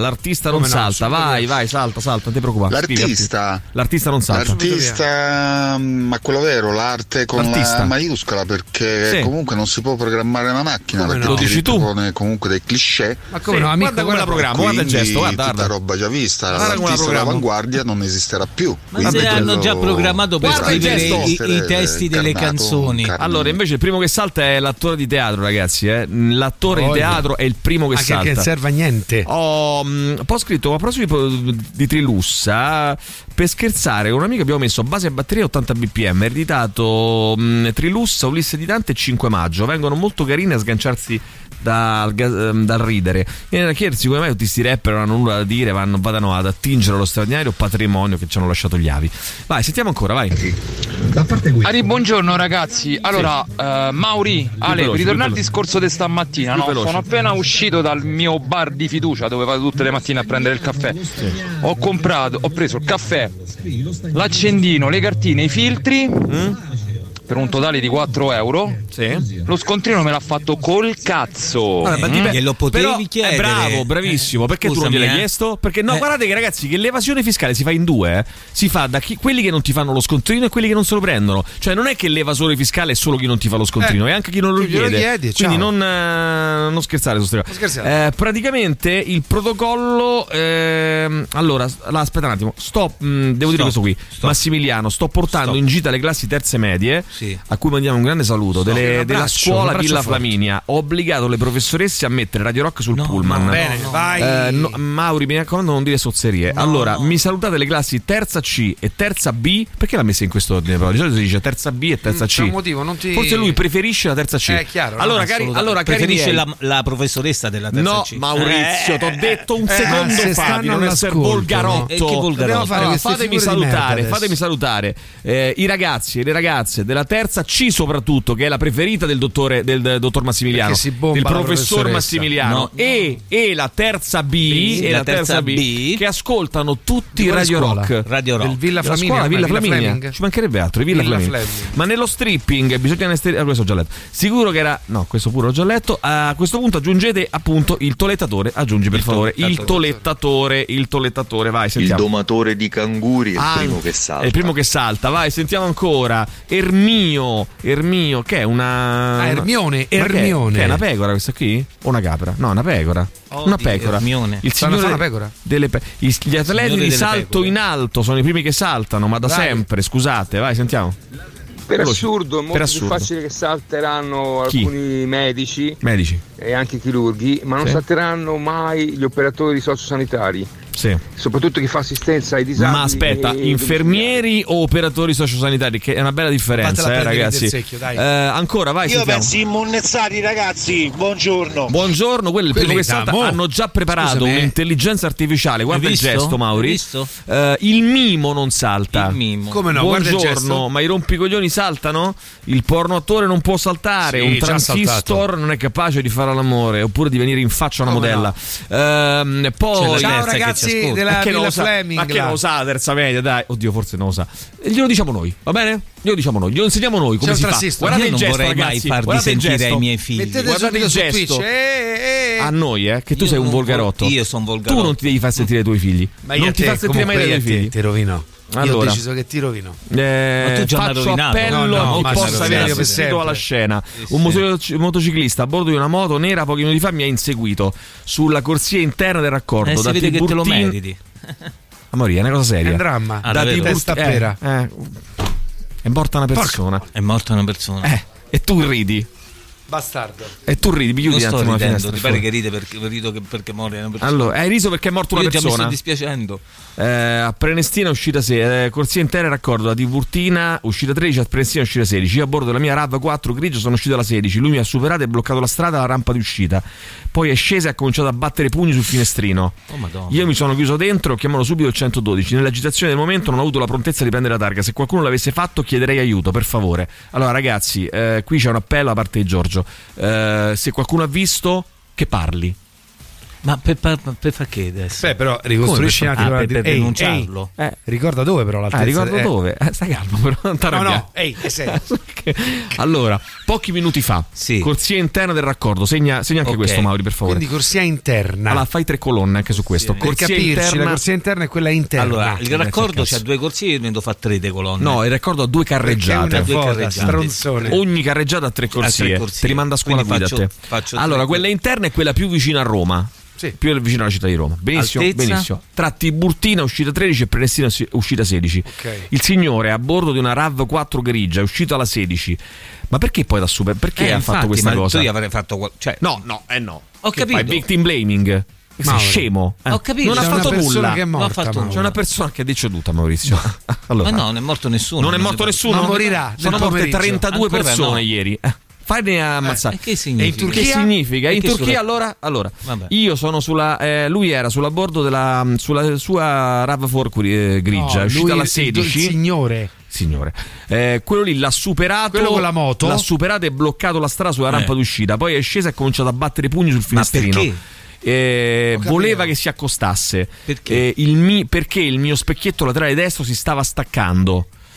Vai, salta, non ti preoccupare. L'artista non salta. L'artista, ma quello vero, l'arte con la maiuscola, perché comunque non si può programmare una macchina, perché lo dici tu. Propone comunque dei cliché. Ma come no, amico, guarda come la programma, guarda il gesto, guarda. Tutta roba già vista, l'artista dell'avanguardia non esisterà più. Ma se hanno già programmato per scrivere i testi delle canzoni. Allora invece il primo che salta è l'attore di teatro, ragazzi, l'attore di teatro è il primo che salta, che non serve a niente. Un po' scritto, ma prossimo di Trilussa, per scherzare con un amico abbiamo messo base a batteria 80 bpm, ereditato Trilussa, Ulisse di Dante e 5 maggio, vengono molto carini a sganciarsi dal ridere. Viene da chiedersi come mai tutti sti rapper non hanno nulla da dire, vadano ad attingere allo straordinario patrimonio che ci hanno lasciato gli avi. Vai, sentiamo ancora, vai. Buongiorno ragazzi. Allora, Mauri, Ale, per ritornare al discorso di stamattina, sono appena uscito dal mio bar di fiducia dove vado tutte le mattine a prendere il caffè. Ho preso il caffè, l'accendino, le cartine, i filtri. per un totale di 4 euro. Sì. Lo scontrino me l'ha fatto col cazzo. Glielo potevi chiedere. Bravo, bravissimo. Perché tu non gliel'hai chiesto? Perché no, guardate che ragazzi, che l'evasione fiscale si fa in due. Si fa da quelli che non ti fanno lo scontrino e quelli che non se lo prendono. Cioè non è che l'evasore fiscale è solo chi non ti fa lo scontrino, è anche chi non lo chiede. Quindi non scherzare su queste cose. Praticamente il protocollo allora, aspetta un attimo. Devo dire questo qui. Massimiliano, sto portando in gita le classi terze medie, a cui mandiamo un grande saluto, della scuola Villa Flaminia. Ho obbligato le professoresse a mettere Radio Rock sul pullman. Bene, vai. Mauri, mi raccomando, non dire sozzerie. Allora, mi salutate le classi terza C e terza B. Perché l'ha messa in questo ordine? Di solito si dice terza B e terza C. C'è un motivo, Forse lui preferisce la terza C. È chiaro. Allora, preferisce la professoressa della terza C. No, Maurizio, t'ho detto un secondo fa di non essere volgarotto. Fatemi salutare i ragazzi e le ragazze della terza C, soprattutto, che è la preferita del dottor Massimiliano, del professor Massimiliano, e la terza B che ascoltano tutti Radio Rock. Del Villa Flaminia. Ci mancherebbe altro, Villa Flaminia. Ma nello stripping bisogna questo ho già letto. Sicuro che era questo pure l'ho già letto. A questo punto aggiungete appunto il tolettatore. Aggiungi per favore il tolettatore, vai, sentiamo. Il domatore di canguri è il primo che salta. È il primo che salta, vai, sentiamo ancora. Ermio, che è una Ermione. Che è una pecora questa qui? O una capra? No, una pecora. Una pecora. Ermione. Il signore una pecora. Gli atleti di salto in alto sono i primi che saltano, ma da sempre, scusate, vai, sentiamo. Per assurdo, è molto più facile che salteranno alcuni medici e anche chirurghi, ma non salteranno mai gli operatori sociosanitari. Sì. Soprattutto chi fa assistenza ai disabili. Ma aspetta, infermieri o operatori sociosanitari? Che è una bella differenza, ragazzi. Secchio, ancora, vai. Io penso immunnezzati, ragazzi. Buongiorno, quello è il primo che salta. Hanno già preparato un'intelligenza artificiale. Guarda il gesto, Mauri. Il mimo non salta. Come no? Buongiorno, ma i rompicoglioni saltano? Il pornoattore non può saltare. Un transistor non è capace di fare l'amore oppure di venire in faccia a una modella. Poi, ciao ragazzi della Villa Fleming. Ma che non lo sa la terza media, dai. Oddio, forse non lo sa. Glielo diciamo noi, va bene? Glielo insegniamo noi come si fa. Guardate il gesto, ragazzi. Farvi sentire ai miei figli. Guardate il gesto. A noi, che tu sei un volgarotto. Io sono volgarotto. Tu non ti devi far sentire i tuoi figli. Non ti far sentire mai dai tuoi figli. Ti rovino. Io ho deciso che ti rovino. Ma tu già faccio appello a chi possa aver assistito alla scena. Un motociclista a bordo di una moto nera pochi minuti fa mi ha inseguito sulla corsia interna del raccordo. Si vede che te lo meriti. Amore, è una cosa seria. È un dramma. Da testa pera. È morta una persona. È morta una persona. E tu ridi. Bastardo. E tu ridi, mi chiudi un attimo la finestra. Ti pare che ride perché muore una persona? Allora, hai riso perché è morta una persona. Mi sto dispiacendo. A Prenestina uscita corsia intera raccordo da Tiburtina uscita 13, a Prenestina uscita 16. Io a bordo della mia RAV4 grigio sono uscito alla 16. Lui mi ha superato e bloccato la strada alla rampa di uscita. Poi è scesa e ha cominciato a battere pugni sul finestrino. Io mi sono chiuso dentro, ho chiamato subito il 112. Nell'agitazione del momento non ho avuto la prontezza di prendere la targa. Se qualcuno l'avesse fatto chiederei aiuto, per favore. Allora ragazzi, qui c'è un appello da parte di Giorgio. Se qualcuno ha visto, che parli. Ma per far che adesso? Beh, però ricostruisci un attimo per denunciarlo. Ricorda dove però l'altezza. Ricordo dove. Stai calmo però. No, è serio. Allora, pochi minuti fa, corsia interna del raccordo. Segna anche questo, Mauri, per favore. Quindi corsia interna. Allora, fai 3 colonne anche su questo. Per capirci, la corsia interna è quella interna. Allora, il raccordo c'ha 2 corsie, io ne devo fare 3 colonne. No, il raccordo ha 2 carreggiate. Stronzone. Ogni carreggiata ha 3 corsie. Ti rimanda a scuola, guida te. Allora, quella interna è quella più vicina a Roma. Più vicino alla città di Roma. Benissimo. Tra Tiburtina uscita 13 e Prenestina uscita 16. Il signore a bordo di una RAV4 grigia è uscito alla 16. Ma perché poi da super? Perché ha fatto questa cosa? Io avrei fatto no. Ho capito. Fai victim blaming. Sei scemo. Ho capito. Non ha fatto nulla. C'è una persona che è deceduta, Maurizio. Allora. Ma no, non è morto nessuno. Non è morto nessuno. Ma morirà. Sono morte 32 persone ieri. Fai ammazzare. Che significa? Che significa? In Turchia allora io sono lui era sulla bordo sulla sua RAV4 grigia, è uscita alla 16. Signore. Quello lì l'ha superato. Quello con la moto l'ha superato e bloccato la strada sulla rampa d'uscita. Poi è scesa e ha cominciato a battere i pugni sul finestrino. Ma perché? Voleva che si accostasse. Perché? Perché il mio specchietto laterale destro si stava staccando.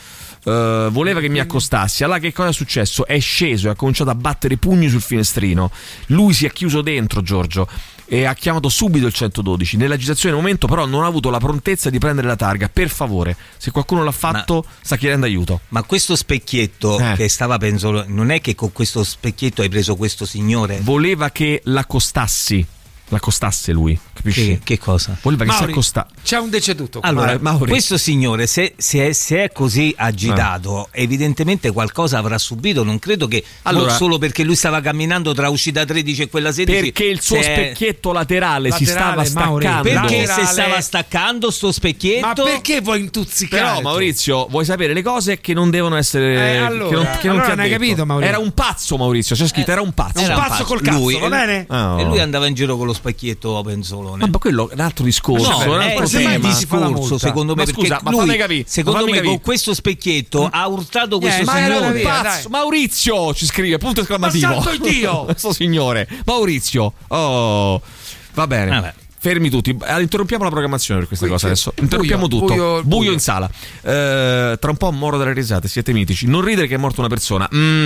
voleva che mi accostassi. Allora che cosa è successo? È sceso e ha cominciato a battere pugni sul finestrino. Lui si è chiuso dentro, Giorgio, e ha chiamato subito il 112. Nell'agitazione del momento però non ha avuto la prontezza di prendere la targa. Per favore, se qualcuno l'ha fatto, sta chiedendo aiuto. Ma questo specchietto che stava penzolando, non è che con questo specchietto hai preso questo signore? Voleva che l'accostasse lui, capisci? Che cosa? Voleva che si accostasse. C'è un deceduto. Allora, questo signore se è così agitato, evidentemente qualcosa avrà subito. Non credo che non solo perché lui stava camminando tra uscita 13 e quella 16, perché il suo specchietto laterale si stava staccando. Perché se stava staccando sto specchietto? Ma perché vuoi intuzzicare? Però Maurizio, vuoi sapere le cose che non devono essere che non ti ha capito, Maurizio. Era un pazzo, Maurizio, c'è scritto era un pazzo. Era un pazzo col cazzo, lui, va bene? E lui andava in giro con lo specchietto penzolone. Ma quello è un altro discorso. No, è un discorso, secondo me. Scusa, perché lui, secondo me, con questo specchietto ha urtato questo signore. Pazzo, Maurizio ci scrive, punto esclamativo. Ma santo Dio! Questo signore, Maurizio. Oh, va bene. Vabbè. Fermi tutti, interrompiamo la programmazione per questa cosa adesso. Interrompiamo tutto. Buio in sala. Tra un po' moro dalle risate, siete mitici. Non ridere che è morta una persona.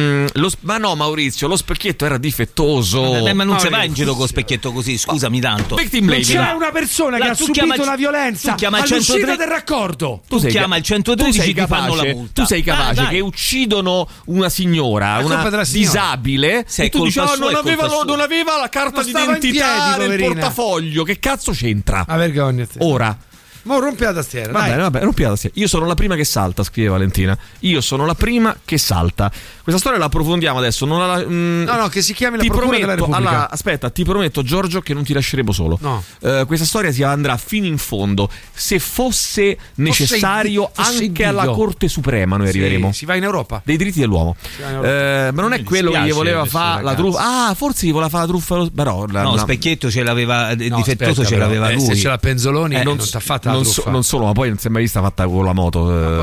Ma no, Maurizio, lo specchietto era difettoso. Ma non si va in giro con lo specchietto così, scusami tanto. Non c'è una persona che ha subito una violenza all'uscita del raccordo. Tu chiama il 113 e ti fanno la multa. Tu sei capace che uccidono una signora, una disabile, e tu dici non aveva la carta d'identità nel portafoglio. Che cazzo c'entra? Ma vergognati. Ora. Ma rompi la tastiera. Vabbè, rompi la tastiera. Io sono la prima che salta, scrive Valentina. Io sono la prima che salta. Questa storia la approfondiamo adesso. No, che si chiami la Procura della Repubblica. Allora, aspetta, ti prometto, Giorgio, che non ti lasceremo solo. No. Questa storia andrà fino in fondo. Se fosse necessario, anche alla Corte Suprema noi arriveremo. Si va in Europa. Dei diritti dell'uomo. Ma non è quello che gli voleva fare la truffa. Forse gli voleva fare la truffa. Però lo specchietto ce l'aveva difettoso, ce l'aveva lui. Se ce l'ha Penzoloni, non ti ha fatta non solo, ma poi non si è mai vista fatta con la moto.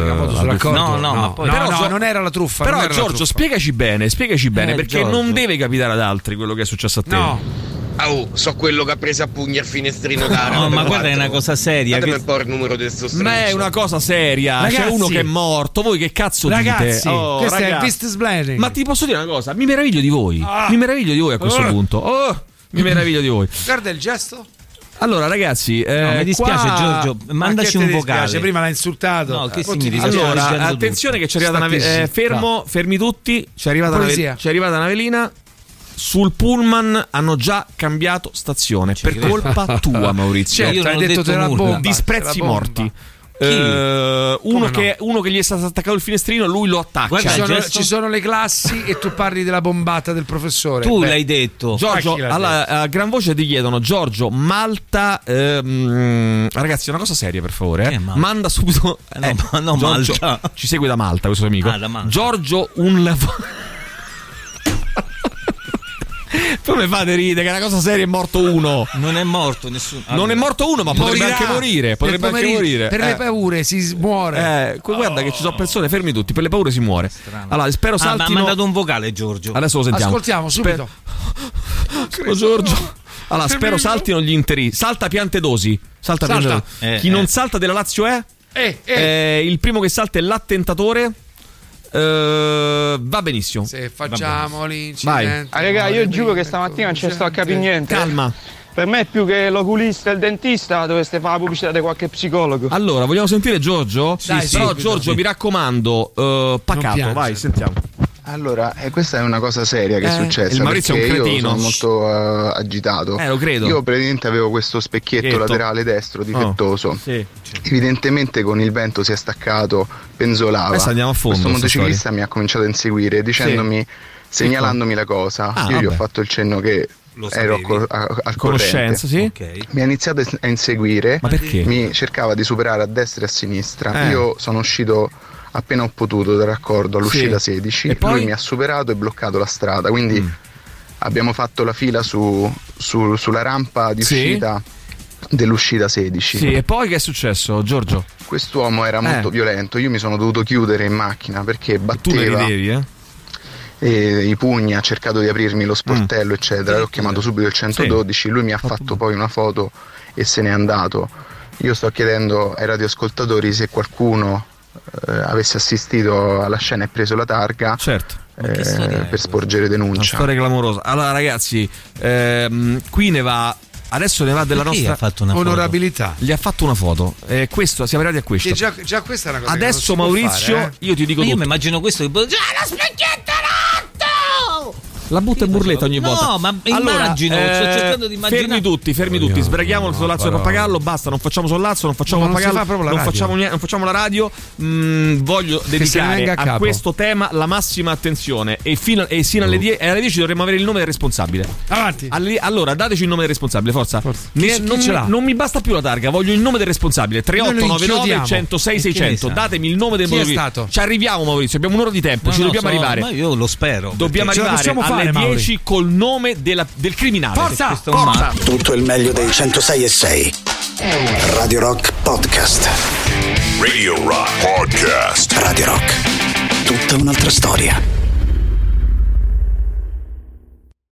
No, non era la truffa. Però Giorgio, spiegaci bene perché Giorgio. non deve capitare ad altri quello che è successo a te. No. So quello che ha preso a pugni al finestrino cara. No, ma guarda, è una cosa seria. Datemi un po' il numero di sto stronzo. Ma è una cosa seria. Ragazzi, c'è uno che è morto. Voi che cazzo dite? Questo è business planning. Ma ti posso dire una cosa? Mi meraviglio di voi. Mi meraviglio di voi a questo punto. Mi meraviglio di voi. Guarda il gesto. Allora ragazzi, mi dispiace Giorgio, mandaci un vocale. Prima l'ha insultato. No, che significa? Allora, attenzione che ci è arrivata una fermi tutti, ci è arrivata una velina. Sul pullman hanno già cambiato stazione per colpa tua, Maurizio. Certo, hai detto della bomba. Disprezzi morti. Uno che gli è stato attaccato il finestrino, lui lo attacca. Guarda, ci sono le classi e tu parli della bombata del professore. Tu l'hai detto. Giorgio, a gran voce ti chiedono: Giorgio, Malta, ragazzi, una cosa seria per favore, manda subito. No, Giorgio, Malta ci segue da Malta questo amico. Giorgio, un lavoro. Come fate ridere che è una cosa seria, è morto uno. Non è morto nessuno. Non è morto uno, ma potrebbe anche morire. Potrebbe anche morire. Per le paure si muore. Guarda che ci sono persone, fermi tutti, per le paure si muore. Allora, spero saltino. Ma ha mandato un vocale, Giorgio. Adesso lo sentiamo. Ascoltiamo subito. Giorgio. Allora, spero saltino gli interi. Salta Piantedosi. Salta. Chi non salta della Lazio è? Il primo che salta è l'attentatore. Va benissimo. Se facciamo l'incidente. Raga, io giuro che stamattina non ci sto a capire niente. Calma. Per me è più che l'oculista e il dentista dovreste fare la pubblicità di qualche psicologo. Allora, vogliamo sentire Giorgio? Sì, però Giorgio, mi raccomando, pacato, vai, sentiamo. Allora, questa è una cosa seria che è successa. Il Maurizio perché è un cretino. Io sono molto agitato. Lo credo. Io praticamente avevo questo specchietto laterale destro difettoso. Sì. Evidentemente con il vento si è staccato, penzolava. Adesso andiamo a fondo. Questo motociclista mi ha cominciato a inseguire dicendomi, segnalandomi la cosa. Io gli ho fatto il cenno che ero al conoscenza, sì. Mi ha iniziato a inseguire. Ma perché? Mi cercava di superare a destra e a sinistra. Io sono uscito appena ho potuto dal raccordo all'uscita 16. E poi? Lui mi ha superato e bloccato la strada. Quindi abbiamo fatto la fila sulla rampa di uscita dell'uscita 16. Sì, e poi che è successo, Giorgio? Quest'uomo era molto violento. Io mi sono dovuto chiudere in macchina perché batteva. Tu ne ridevi, E i pugni, ha cercato di aprirmi lo sportello, eccetera. Ho chiamato subito il 112. Lui mi ha fatto poi una foto e se n'è andato. Io sto chiedendo ai radioascoltatori se qualcuno avesse assistito alla scena e preso la targa, certo, per sporgere denuncia. Una storia clamorosa. Allora ragazzi, qui ne va. Adesso ne va della nostra onorabilità. Gli ha fatto una foto. Questo, siamo arrivati a questo. Che già questa è una cosa. Adesso Maurizio, fare, io ti dico. Io mi immagino questo. Già la specchietta rotto! La butta in burletta ogni volta. No, ma immagino, sto cercando di immaginare. Fermi tutti, sbraghiamo il sollazzo del pappagallo, basta, non facciamo sollazzo, non facciamo pappagallo, non facciamo niente, non facciamo la radio. Voglio dedicare a questo tema la massima attenzione e sino alle 10 dovremmo avere il nome del responsabile. Avanti. Allora, dateci il nome del responsabile, forza. Non mi basta più la targa, voglio il nome del responsabile. 3899 106 600. Datemi il nome del Maurizio. Ci arriviamo, Maurizio, abbiamo un'ora di tempo, ci dobbiamo arrivare. Ma io lo spero. Dobbiamo arrivare alle 10 col nome del criminale. Forza! Tutto il meglio dei 106.6. Radio Rock Podcast. Radio Rock Podcast. Radio Rock. Tutta un'altra storia.